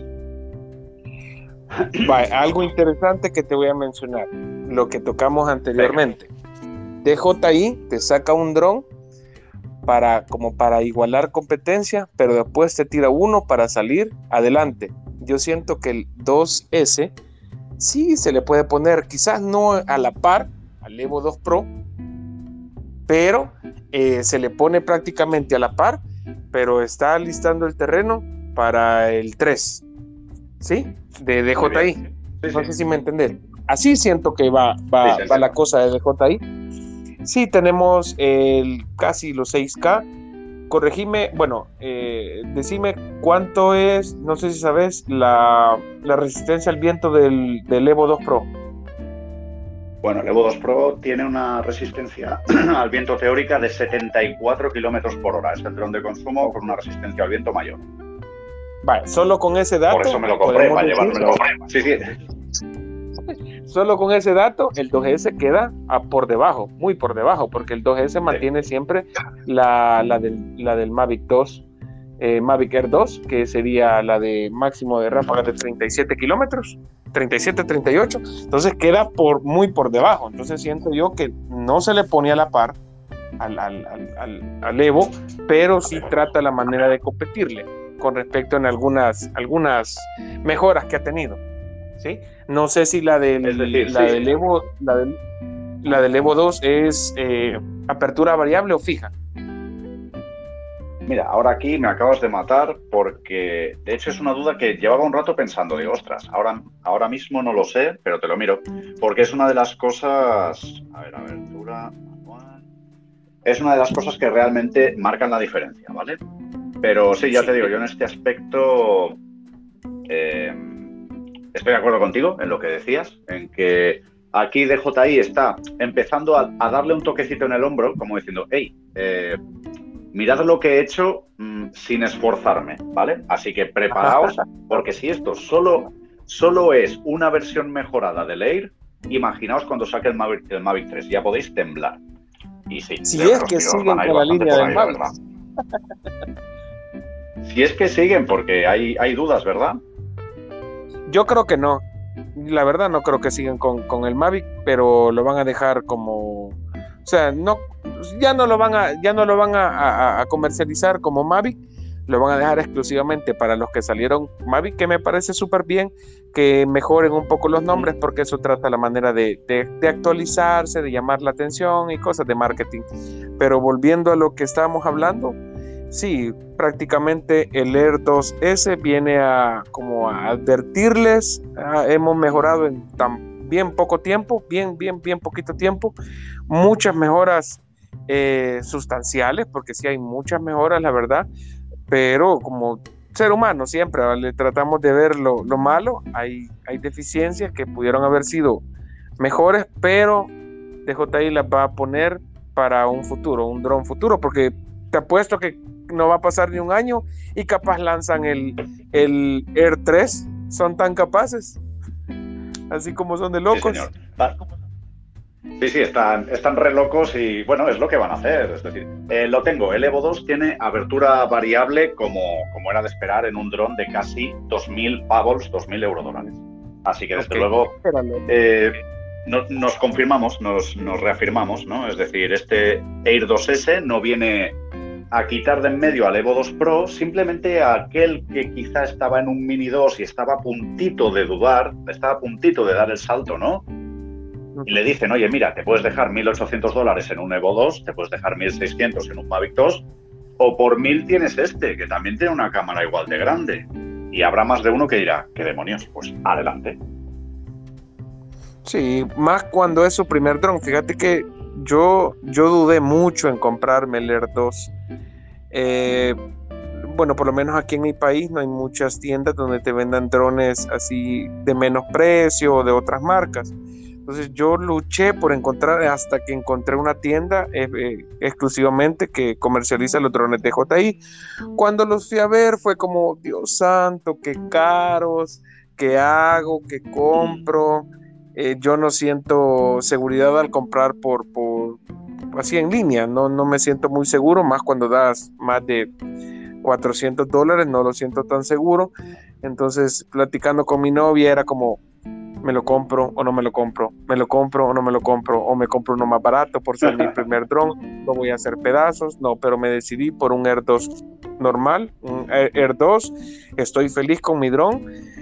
B: Vale, algo interesante que te voy a mencionar, lo que tocamos anteriormente. D J I te saca un dron para, como para igualar competencia, pero después te tira uno para salir adelante. Yo siento que el dos ese sí se le puede poner, quizás no a la par al Evo dos Pro, pero eh, se le pone prácticamente a la par, pero está alistando el terreno para el tres, ¿sí? De D J I. Sí, no sé sí. si me entendés. Así siento que va, va, sí, sí, va sí. la cosa de D J I. Sí, tenemos el, casi los seis K. Corregime, bueno, eh, decime cuánto es, no sé si sabes, la, la resistencia al viento del, del Evo dos Pro.
C: Bueno, el Evo dos Pro tiene una resistencia al viento teórica de setenta y cuatro kilómetros por hora. Es el dron de consumo con una resistencia al viento mayor.
B: Vale, solo con ese dato...
C: Por eso me lo compré, para llevármelo. Sí, sí.
B: Solo con ese dato, el dos ese queda a por debajo, muy por debajo, porque el dos ese mantiene sí. siempre la, la, del, la del Mavic dos, eh, Mavic Air dos, que sería la de máximo de ráfaga de treinta y siete kilómetros, treinta y siete, treinta y ocho, entonces queda por, muy por debajo. Entonces siento yo que no se le pone a la par al, al, al, al, al Evo, pero sí trata la manera de competirle con respecto en algunas, algunas mejoras que ha tenido, ¿sí? No sé si la del, es decir, la sí, del sí. Evo la del, la del Evo dos es eh, apertura variable o fija.
C: Mira, ahora aquí me acabas de matar porque, de hecho, es una duda que llevaba un rato pensando. Digo, ostras, ahora, ahora mismo no lo sé, pero te lo miro. Porque es una de las cosas... A ver, abertura... manual. Es una de las cosas que realmente marcan la diferencia, ¿vale? Pero sí, ya te digo, yo en este aspecto... Eh, estoy de acuerdo contigo en lo que decías, en que aquí D J I está empezando a, a darle un toquecito en el hombro, como diciendo, hey, eh, mirad lo que he hecho mmm, sin esforzarme, ¿vale? Así que preparaos, porque si esto solo, solo es una versión mejorada del Air, imaginaos cuando saque el Mavic, el Mavic tres, ya podéis temblar. Y sí,
B: si es que siguen con la línea del Mavic.
C: Si es que siguen, porque hay, hay dudas, ¿verdad?
B: Yo creo que no. La verdad no creo que sigan con, con el Mavic, pero lo van a dejar como... O sea, no, ya no lo van a, ya no lo van a, a, a comercializar como Mavic, lo van a dejar exclusivamente para los que salieron Mavic, que me parece súper bien que mejoren un poco los nombres, porque eso trata la manera de, de, de actualizarse, de llamar la atención y cosas de marketing. Pero volviendo a lo que estábamos hablando, sí, prácticamente el Air dos ese viene a como a advertirles, a, hemos mejorado en tan bien poco tiempo, bien, bien, bien poquito tiempo, muchas mejoras eh, sustanciales, porque sí hay muchas mejoras, la verdad, pero como ser humano siempre le tratamos de ver lo, lo malo, hay, hay deficiencias que pudieron haber sido mejores, pero D J I las va a poner para un futuro, un dron futuro, porque te apuesto que no va a pasar ni un año y capaz lanzan el, el Air tres, son tan capaces. Así como son de locos.
C: Sí, señor. Sí, sí, están, están re locos y bueno, es lo que van a hacer. Es decir, eh, lo tengo, el Evo dos tiene abertura variable como, como era de esperar en un dron de casi dos mil pavos, dos mil eurodólares. Así que desde okay. luego eh, no, nos confirmamos, nos, nos reafirmamos, ¿no? Es decir, este Air dos ese no viene a quitar de en medio al Evo dos Pro, simplemente a aquel que quizá estaba en un Mini dos y estaba a puntito de dudar, estaba a puntito de dar el salto, ¿no? Y le dicen, oye, mira, te puedes dejar mil ochocientos dólares en un Evo dos, te puedes dejar mil seiscientos en un Mavic dos, o por mil tienes este, que también tiene una cámara igual de grande. Y habrá más de uno que dirá, ¿qué demonios? Pues adelante.
B: Sí, más cuando es su primer dron. Fíjate que yo, yo dudé mucho en comprarme el Air dos. Eh, bueno, por lo menos aquí en mi país no hay muchas tiendas donde te vendan drones así de menos precio o de otras marcas. Entonces yo luché por encontrar, hasta que encontré una tienda eh, eh, exclusivamente que comercializa los drones de J I. Cuando los fui a ver fue como, Dios santo, qué caros, qué hago, qué compro. Eh, yo no siento seguridad al comprar por, por así en línea, no, no me siento muy seguro, más cuando das más de cuatrocientos dólares, no lo siento tan seguro. Entonces, platicando con mi novia era como, me lo compro o no me lo compro, me lo compro o no me lo compro, o me compro uno más barato por ser mi primer dron, lo voy a hacer pedazos, no, pero me decidí por un Air dos normal, un Air dos, estoy feliz con mi dron.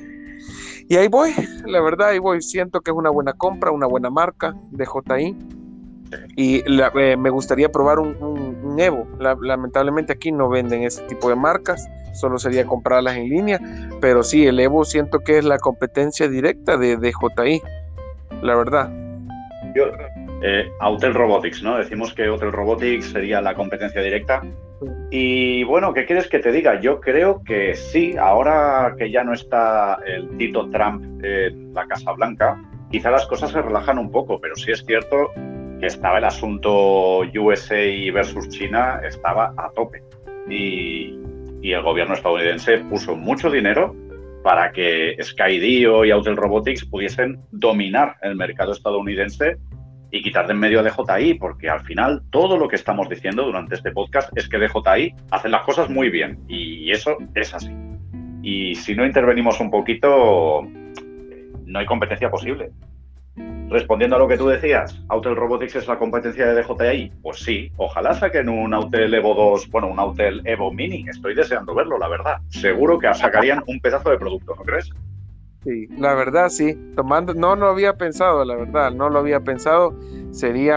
B: Y ahí voy, la verdad, ahí voy. Siento que es una buena compra, una buena marca de J I. Y la, eh, me gustaría probar un, un, un Evo. La, lamentablemente aquí no venden ese tipo de marcas, solo sería comprarlas en línea. Pero sí, el Evo siento que es la competencia directa de, de J I, la verdad.
C: Yo, eh, Autel Robotics, ¿no? Decimos que Autel Robotics sería la competencia directa. Y bueno, ¿qué quieres que te diga? Yo creo que sí, ahora que ya no está el Tito Trump en la Casa Blanca, quizá las cosas se relajan un poco, pero sí es cierto que estaba el asunto U S A versus China, estaba a tope. Y, y el gobierno estadounidense puso mucho dinero para que Skydio y Autel Robotics pudiesen dominar el mercado estadounidense y quitar de en medio a D J I, porque al final todo lo que estamos diciendo durante este podcast es que D J I hace las cosas muy bien, y eso es así. Y si no intervenimos un poquito, no hay competencia posible. Respondiendo a lo que tú decías, ¿Autel Robotics es la competencia de D J I? Pues sí, ojalá saquen un Autel Evo dos, bueno, un Autel Evo Mini, estoy deseando verlo, la verdad. Seguro que sacarían un pedazo de producto, ¿no crees?
B: Sí, la verdad sí, tomando, no lo había pensado, la verdad, no lo había pensado, sería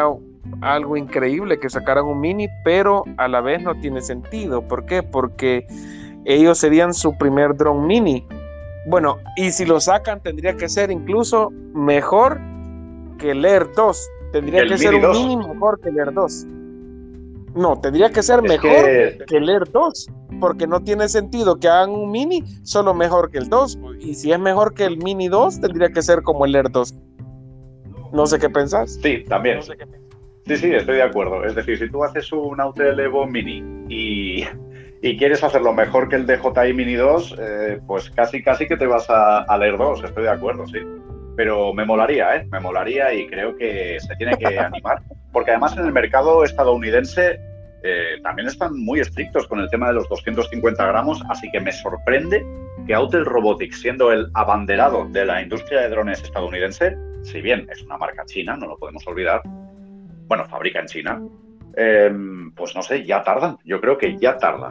B: algo increíble que sacaran un Mini, pero a la vez no tiene sentido. ¿Por qué? Porque ellos serían su primer drone Mini. Bueno, y si lo sacan tendría que ser incluso mejor que el Air dos. Tendría
C: El
B: que ser
C: Mini
B: un
C: dos.
B: Mini mejor que el Air dos. No, tendría que ser
C: Es
B: mejor
C: que-
B: que el Air dos, porque no tiene sentido que hagan un Mini solo mejor que el dos. Y si es mejor que el Mini dos, tendría que ser como el Air dos. No sé qué pensás.
C: Sí, también.
B: No sé qué pensás.
C: Sí, sí, estoy de acuerdo. Es decir, si tú haces un Autel Evo Mini y, y quieres hacerlo mejor que el D J I Mini dos, eh, pues casi casi que te vas a, al Air dos, estoy de acuerdo, sí. Pero me molaría, ¿eh? Me molaría y creo que se tiene que animar. Porque además en el mercado estadounidense eh, también están muy estrictos con el tema de los doscientos cincuenta gramos, así que me sorprende que Autel Robotics, siendo el abanderado de la industria de drones estadounidense, si bien es una marca china, no lo podemos olvidar, bueno, fabrica en China, eh, pues no sé, ya tardan, yo creo que ya tardan.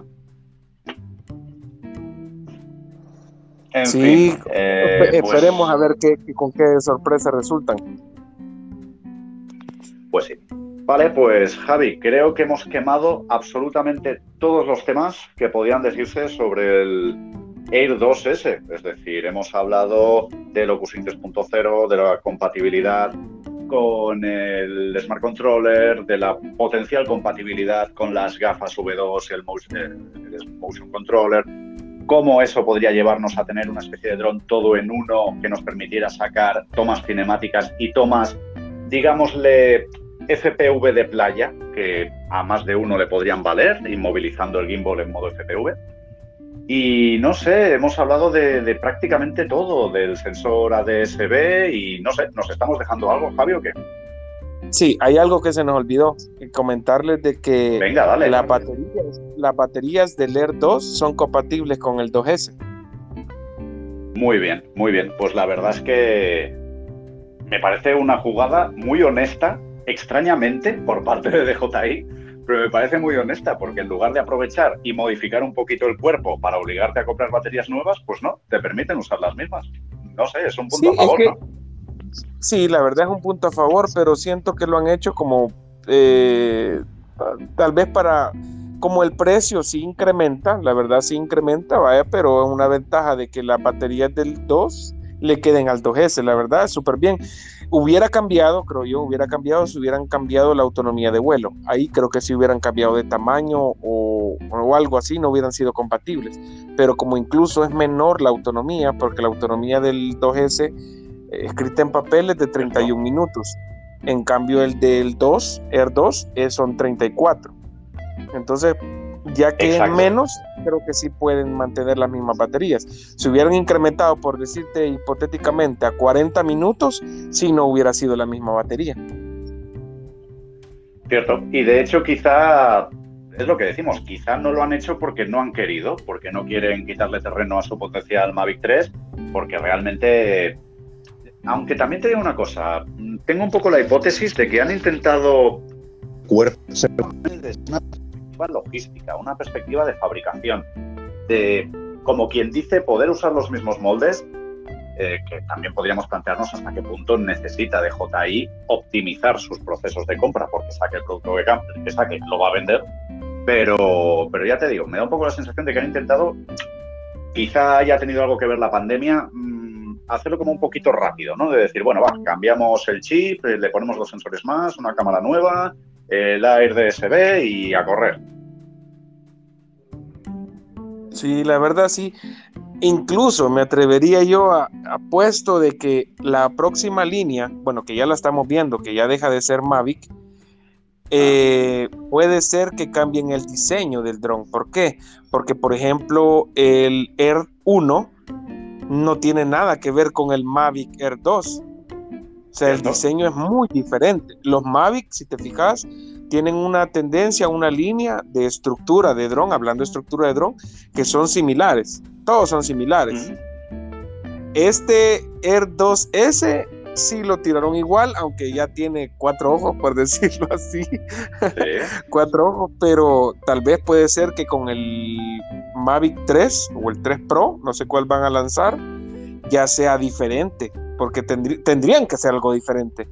C: En
B: Sí,
C: fin, eh,
B: espe-
C: pues-
B: esperemos a ver qué, qué- con qué sorpresa resultan.
C: Pues sí. Vale, pues Javi, creo que hemos quemado absolutamente todos los temas que podían decirse sobre el Air dos ese. Es decir, hemos hablado del OcuSync tres punto cero, de la compatibilidad con el Smart Controller, de la potencial compatibilidad con las gafas V dos y el Motion, el Motion Controller, cómo eso podría llevarnos a tener una especie de dron todo en uno que nos permitiera sacar tomas cinemáticas y tomas, digámosle, F P V de playa, que a más de uno le podrían valer, inmovilizando el gimbal en modo F P V. Y no sé, hemos hablado de, de prácticamente todo, del sensor A D S B y no sé, ¿nos estamos dejando algo, Javi, o qué?
B: Sí, hay algo que se nos olvidó, eh, comentarles de que
C: Venga, dale.
B: las baterías, las baterías del Air dos son compatibles con el dos ese.
C: Muy bien, muy bien. Pues la verdad es que me parece una jugada muy honesta, extrañamente, por parte de D J I, pero me parece muy honesta, porque en lugar de aprovechar y modificar un poquito el cuerpo para obligarte a comprar baterías nuevas, pues no, te permiten usar las mismas. No sé, es un punto
B: Sí,
C: a favor,
B: es que-
C: ¿no?
B: Sí, la verdad es un punto a favor, pero siento que lo han hecho como eh, tal vez para, como el precio sí incrementa, la verdad sí incrementa, vaya, pero es una ventaja de que las baterías del dos le queden al dos ese, la verdad es súper bien. Hubiera cambiado, creo yo, hubiera cambiado si hubieran cambiado la autonomía de vuelo. Ahí creo que si hubieran cambiado de tamaño o, o algo así, no hubieran sido compatibles. Pero como incluso es menor la autonomía, porque la autonomía del dos ese escrita en papel es de treinta y un minutos. En cambio, el del dos, Air dos, eh, son treinta y cuatro. Entonces, ya que
C: Exacto.
B: es menos, creo que sí pueden mantener las mismas baterías. Si hubieran incrementado, por decirte hipotéticamente, a cuarenta minutos, sí no hubiera sido la misma batería.
C: Cierto. Y de hecho, quizá, es lo que decimos, quizá no lo han hecho porque no han querido, porque no quieren quitarle terreno a su potencial Mavic tres, porque realmente... Aunque también te digo una cosa, tengo un poco la hipótesis de que han intentado desde una perspectiva logística, una perspectiva de fabricación, de, como quien dice, poder usar los mismos moldes, eh, que también podríamos plantearnos hasta qué punto necesita D J I optimizar sus procesos de compra, porque saque el producto que, que saque, lo va a vender, pero, pero ya te digo, me da un poco la sensación de que han intentado, quizá haya tenido algo que ver la pandemia, hacerlo como un poquito rápido, ¿no? De decir, bueno, va, cambiamos el chip, le ponemos dos sensores más, una cámara nueva, el Air D S B y a correr.
B: Sí, la verdad sí. Incluso me atrevería yo a, a puesto de que la próxima línea, bueno, que ya la estamos viendo, que ya deja de ser Mavic, eh, puede ser que cambien el diseño del dron. ¿Por qué? Porque, por ejemplo, el Air uno no tiene nada que ver con el Mavic Air dos. O sea, el diseño es muy diferente. Los Mavic, si te fijas, tienen una tendencia, una línea de estructura de dron, hablando de estructura de dron, que son similares. Todos son similares. Mm. Este Air dos ese sí lo tiraron igual, aunque ya tiene cuatro ojos, por decirlo así. Sí. Cuatro ojos, pero tal vez puede ser que con el Mavic tres o el tres Pro, no sé cuál van a lanzar, ya sea diferente, porque tendrí- tendrían que hacer algo diferente.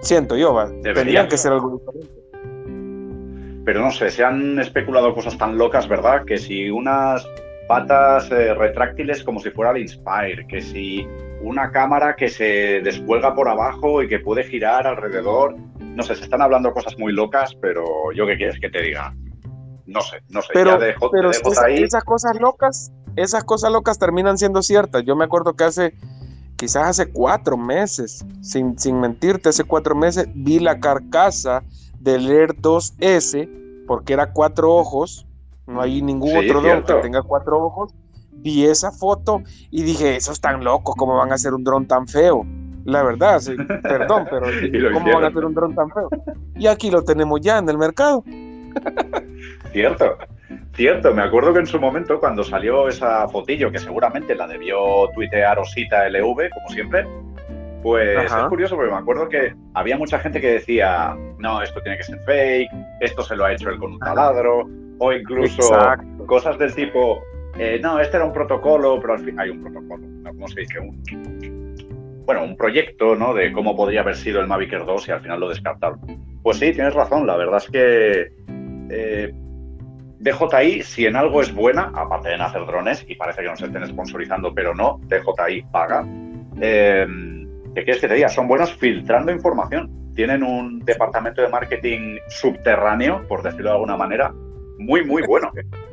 B: Siento yo, ¿va?
C: Debería.
B: Tendrían que ser algo diferente.
C: Pero no sé, se han especulado cosas tan locas, ¿verdad? Que si unas patas eh, retráctiles como si fuera el Inspire, que si una cámara que se descuelga por abajo y que puede girar alrededor. No sé, se están hablando cosas muy locas, pero yo qué quieres que te diga. No sé, no sé.
B: Pero,
C: ya dejo,
B: pero
C: dejo
B: esa,
C: ahí.
B: esas cosas locas, esas cosas locas terminan siendo ciertas. Yo me acuerdo que hace, quizás hace cuatro meses, sin, sin mentirte, hace cuatro meses vi la carcasa del Air dos ese, porque era cuatro ojos, no hay ningún
C: Sí,
B: otro dron
C: cierto.
B: que tenga cuatro ojos. Vi esa foto y dije, esos están locos, ¿cómo van a hacer un dron tan feo? La verdad, sí, perdón, pero dije,
C: lo
B: ¿cómo
C: hicieron.
B: van a hacer un dron tan feo? Y aquí lo tenemos ya en el mercado.
C: Cierto, cierto. Me acuerdo que en su momento, cuando salió esa fotillo, que seguramente la debió tuitear Osita L V, como siempre, pues
B: Ajá.
C: es curioso porque me acuerdo que había mucha gente que decía, no, esto tiene que ser fake, esto se lo ha hecho él con un taladro, o incluso
B: Exacto.
C: cosas del tipo, eh, no, este era un protocolo, pero al fin hay un protocolo, ¿no? ¿Cómo se dice? Un, bueno, un proyecto, ¿no? De cómo podría haber sido el Mavic Air dos y al final lo descartaron. Pues sí, tienes razón, la verdad es que eh, D J I, si en algo es buena, aparte de en hacer drones, y parece que nos estén sponsorizando, pero no, D J I paga, eh, ¿qué quieres que te diga? Son buenos filtrando información. Tienen un departamento de marketing subterráneo, por decirlo de alguna manera, muy, muy bueno.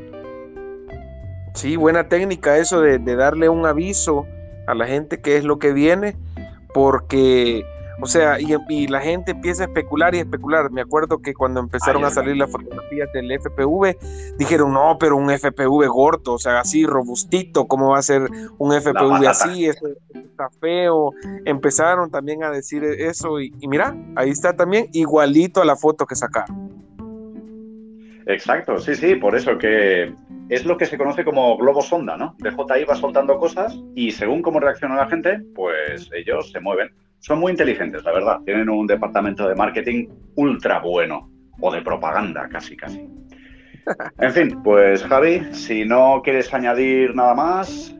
B: Sí, buena técnica eso de, de darle un aviso a la gente qué es lo que viene, porque, o sea, y, y la gente empieza a especular y especular. Me acuerdo que cuando empezaron
C: Ahí
B: a salir las fotografías del F P V, dijeron, no, pero un F P V gordo, o sea, así robustito, ¿cómo va a ser un F P V así? Eso está feo. Empezaron también a decir eso y, y mira, ahí está también igualito a la foto que sacaron.
C: Exacto, sí, sí, por eso que es lo que se conoce como globo sonda, ¿no? D J I va soltando cosas y según cómo reacciona la gente, pues ellos se mueven. Son muy inteligentes, la verdad. Tienen un departamento de marketing ultra bueno, o de propaganda, casi, casi. En fin, pues Javi, si no quieres añadir nada más...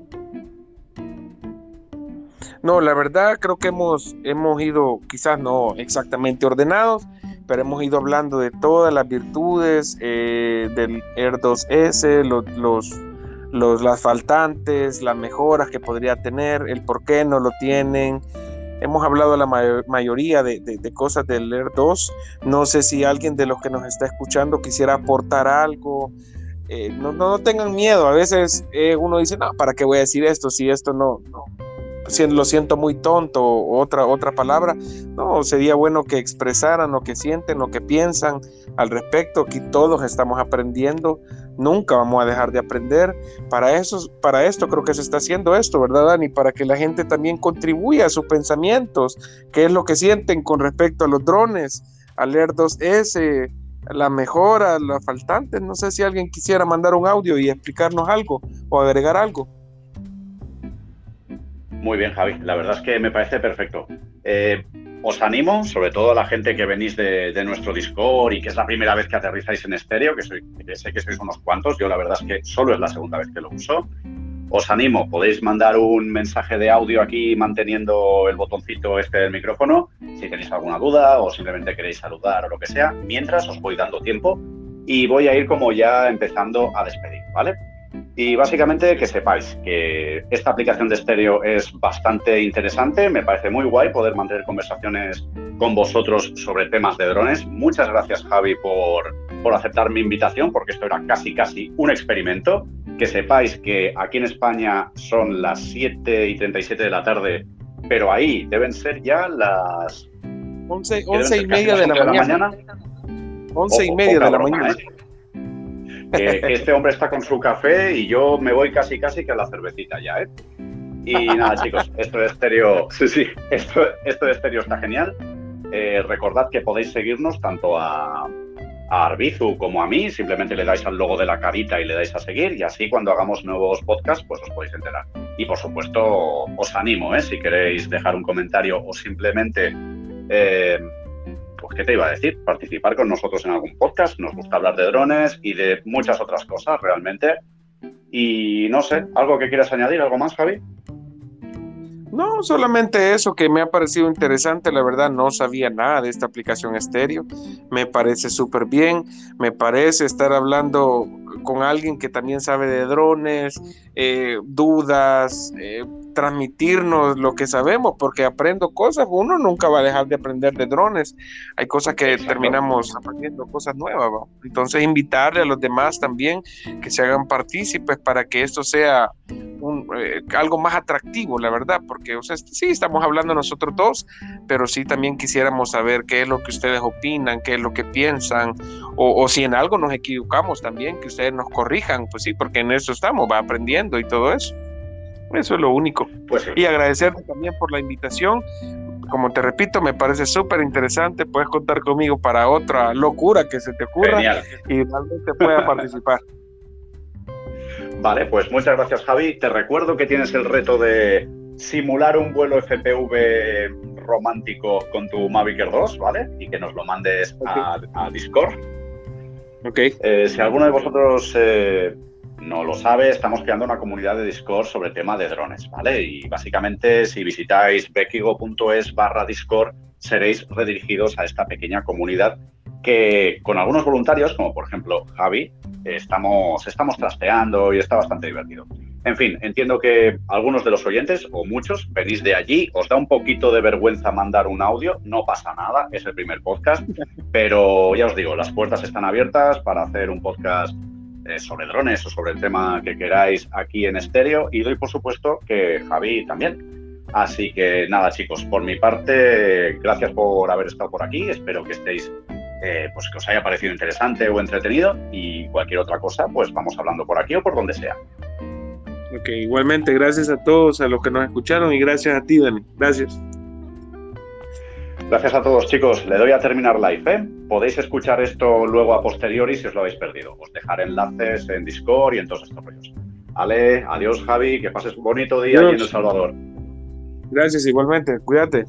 B: No, la verdad creo que hemos, hemos ido, quizás no exactamente ordenados, pero hemos ido hablando de todas las virtudes eh, del Air dos ese, los, los, los, las faltantes, las mejoras que podría tener, el por qué no lo tienen. Hemos hablado la mayor, mayoría de, de, de cosas del Air dos. No sé si alguien de los que nos está escuchando quisiera aportar algo. Eh, no, no, no tengan miedo. A veces eh, uno dice, no, ¿para qué voy a decir esto si esto no... no. Lo siento muy tonto, otra, otra palabra. No, sería bueno que expresaran lo que sienten, lo que piensan al respecto. Aquí todos estamos aprendiendo, nunca vamos a dejar de aprender. Para eso, para esto creo que se está haciendo esto, ¿verdad, Dani? Para que la gente también contribuya a sus pensamientos, qué es lo que sienten con respecto a los drones, al Air dos ese, la mejora, las faltantes. No sé si alguien quisiera mandar un audio y explicarnos algo o agregar algo.
C: Muy bien, Javi. La verdad es que me parece perfecto. Eh, os animo, sobre todo a la gente que venís de, de nuestro Discord y que es la primera vez que aterrizáis en estéreo, que, soy, que sé que sois unos cuantos. Yo la verdad es que solo es la segunda vez que lo uso. Os animo, podéis mandar un mensaje de audio aquí manteniendo el botoncito este del micrófono, si tenéis alguna duda o simplemente queréis saludar o lo que sea, mientras os voy dando tiempo y voy a ir como ya empezando a despedir, ¿vale? Y básicamente que sepáis que esta aplicación de estéreo es bastante interesante, me parece muy guay poder mantener conversaciones con vosotros sobre temas de drones. Muchas gracias, Javi, por, por aceptar mi invitación, porque esto era casi casi un experimento. Que sepáis que aquí en España son las siete y treinta y siete de la tarde, pero ahí deben ser ya las...
B: once, once y media de la, de la mañana. mañana. once y media de la mañana.
C: ¿eh? Que, que este hombre está con su café y yo me voy casi casi que a la cervecita ya, ¿eh? Y nada, chicos, esto de estéreo, sí, sí, esto, esto de estéreo está genial. Eh, recordad que podéis seguirnos tanto a, a Arbizu como a mí, simplemente le dais al logo de la carita y le dais a seguir y así cuando hagamos nuevos podcasts pues os podéis enterar. Y por supuesto os animo, ¿eh? Si queréis dejar un comentario o simplemente... Eh, Pues, ¿qué te iba a decir? Participar con nosotros en algún podcast. Nos gusta hablar de drones y de muchas otras cosas, realmente. Y no sé, ¿algo que quieras añadir? ¿Algo más, Javi?
B: No, solamente eso que me ha parecido interesante, la verdad no sabía nada de esta aplicación estéreo, me parece súper bien, me parece estar hablando con alguien que también sabe de drones, eh, dudas, eh, transmitirnos lo que sabemos, porque aprendo cosas, uno nunca va a dejar de aprender de drones, hay cosas que
C: Exacto.
B: terminamos aprendiendo, cosas nuevas, ¿no? Entonces invitarle a los demás también que se hagan partícipes para que esto sea Un, eh, algo más atractivo, la verdad, porque o sea, sí estamos hablando nosotros dos, pero sí también quisiéramos saber qué es lo que ustedes opinan, qué es lo que piensan, o, o si en algo nos equivocamos también, que ustedes nos corrijan, pues sí, porque en eso estamos, va aprendiendo y todo eso. Eso es lo único.
C: Pues sí.
B: Y agradecerte también por la invitación. Como te repito, me parece súper interesante. Puedes contar conmigo para otra locura que se te ocurra.
C: Genial.
B: Y realmente puedas participar.
C: Vale, pues muchas gracias, Javi. Te recuerdo que tienes el reto de simular un vuelo F P V romántico con tu Mavic Air dos, ¿vale? Y que nos lo mandes
B: Okay.
C: a, a Discord.
B: Ok.
C: Eh, si alguno de vosotros eh, no lo sabe, estamos creando una comunidad de Discord sobre el tema de drones, ¿vale? Y básicamente, si visitáis bekigo.es barra Discord, seréis redirigidos a esta pequeña comunidad que con algunos voluntarios, como por ejemplo Javi, estamos, estamos trasteando y está bastante divertido. En fin, entiendo que algunos de los oyentes, o muchos, venís de allí, os da un poquito de vergüenza mandar un audio, no pasa nada, es el primer podcast, pero ya os digo, las puertas están abiertas para hacer un podcast eh, sobre drones o sobre el tema que queráis aquí en estéreo, y doy por supuesto que Javi también. Así que nada, chicos, por mi parte, gracias por haber estado por aquí, espero que estéis Eh, pues que os haya parecido interesante o entretenido, y cualquier otra cosa, pues vamos hablando por aquí o por donde sea.
B: Ok, igualmente, gracias a todos, a los que nos escucharon, y gracias a ti, Dani. Gracias.
C: Gracias a todos, chicos. Le doy a terminar live, ¿eh? Podéis escuchar esto luego a posteriori si os lo habéis perdido. Os dejaré enlaces en Discord y en todos estos rollos. Vale, adiós, Javi, que pases un bonito día
B: Adiós.
C: allí en El Salvador.
B: Gracias, igualmente. Cuídate.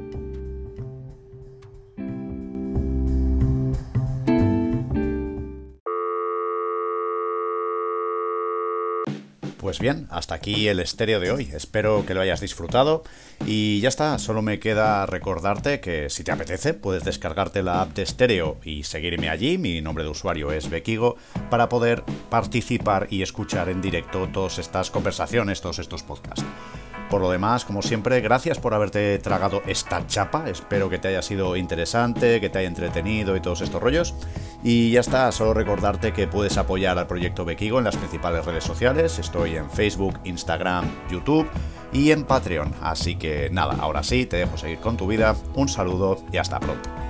A: Pues bien, hasta aquí el estéreo de hoy. Espero que lo hayas disfrutado. Y ya está, solo me queda recordarte que si te apetece, puedes descargarte la app de estéreo y seguirme allí. Mi nombre de usuario es Bekigo, para poder participar y escuchar en directo todas estas conversaciones, todos estos podcasts. Por lo demás, como siempre, gracias por haberte tragado esta chapa. Espero que te haya sido interesante, que te haya entretenido y todos estos rollos. Y ya está, solo recordarte que puedes apoyar al proyecto Bekigo en las principales redes sociales. Estoy en Facebook, Instagram, YouTube y en Patreon. Así que nada, ahora sí, te dejo seguir con tu vida. Un saludo y hasta pronto.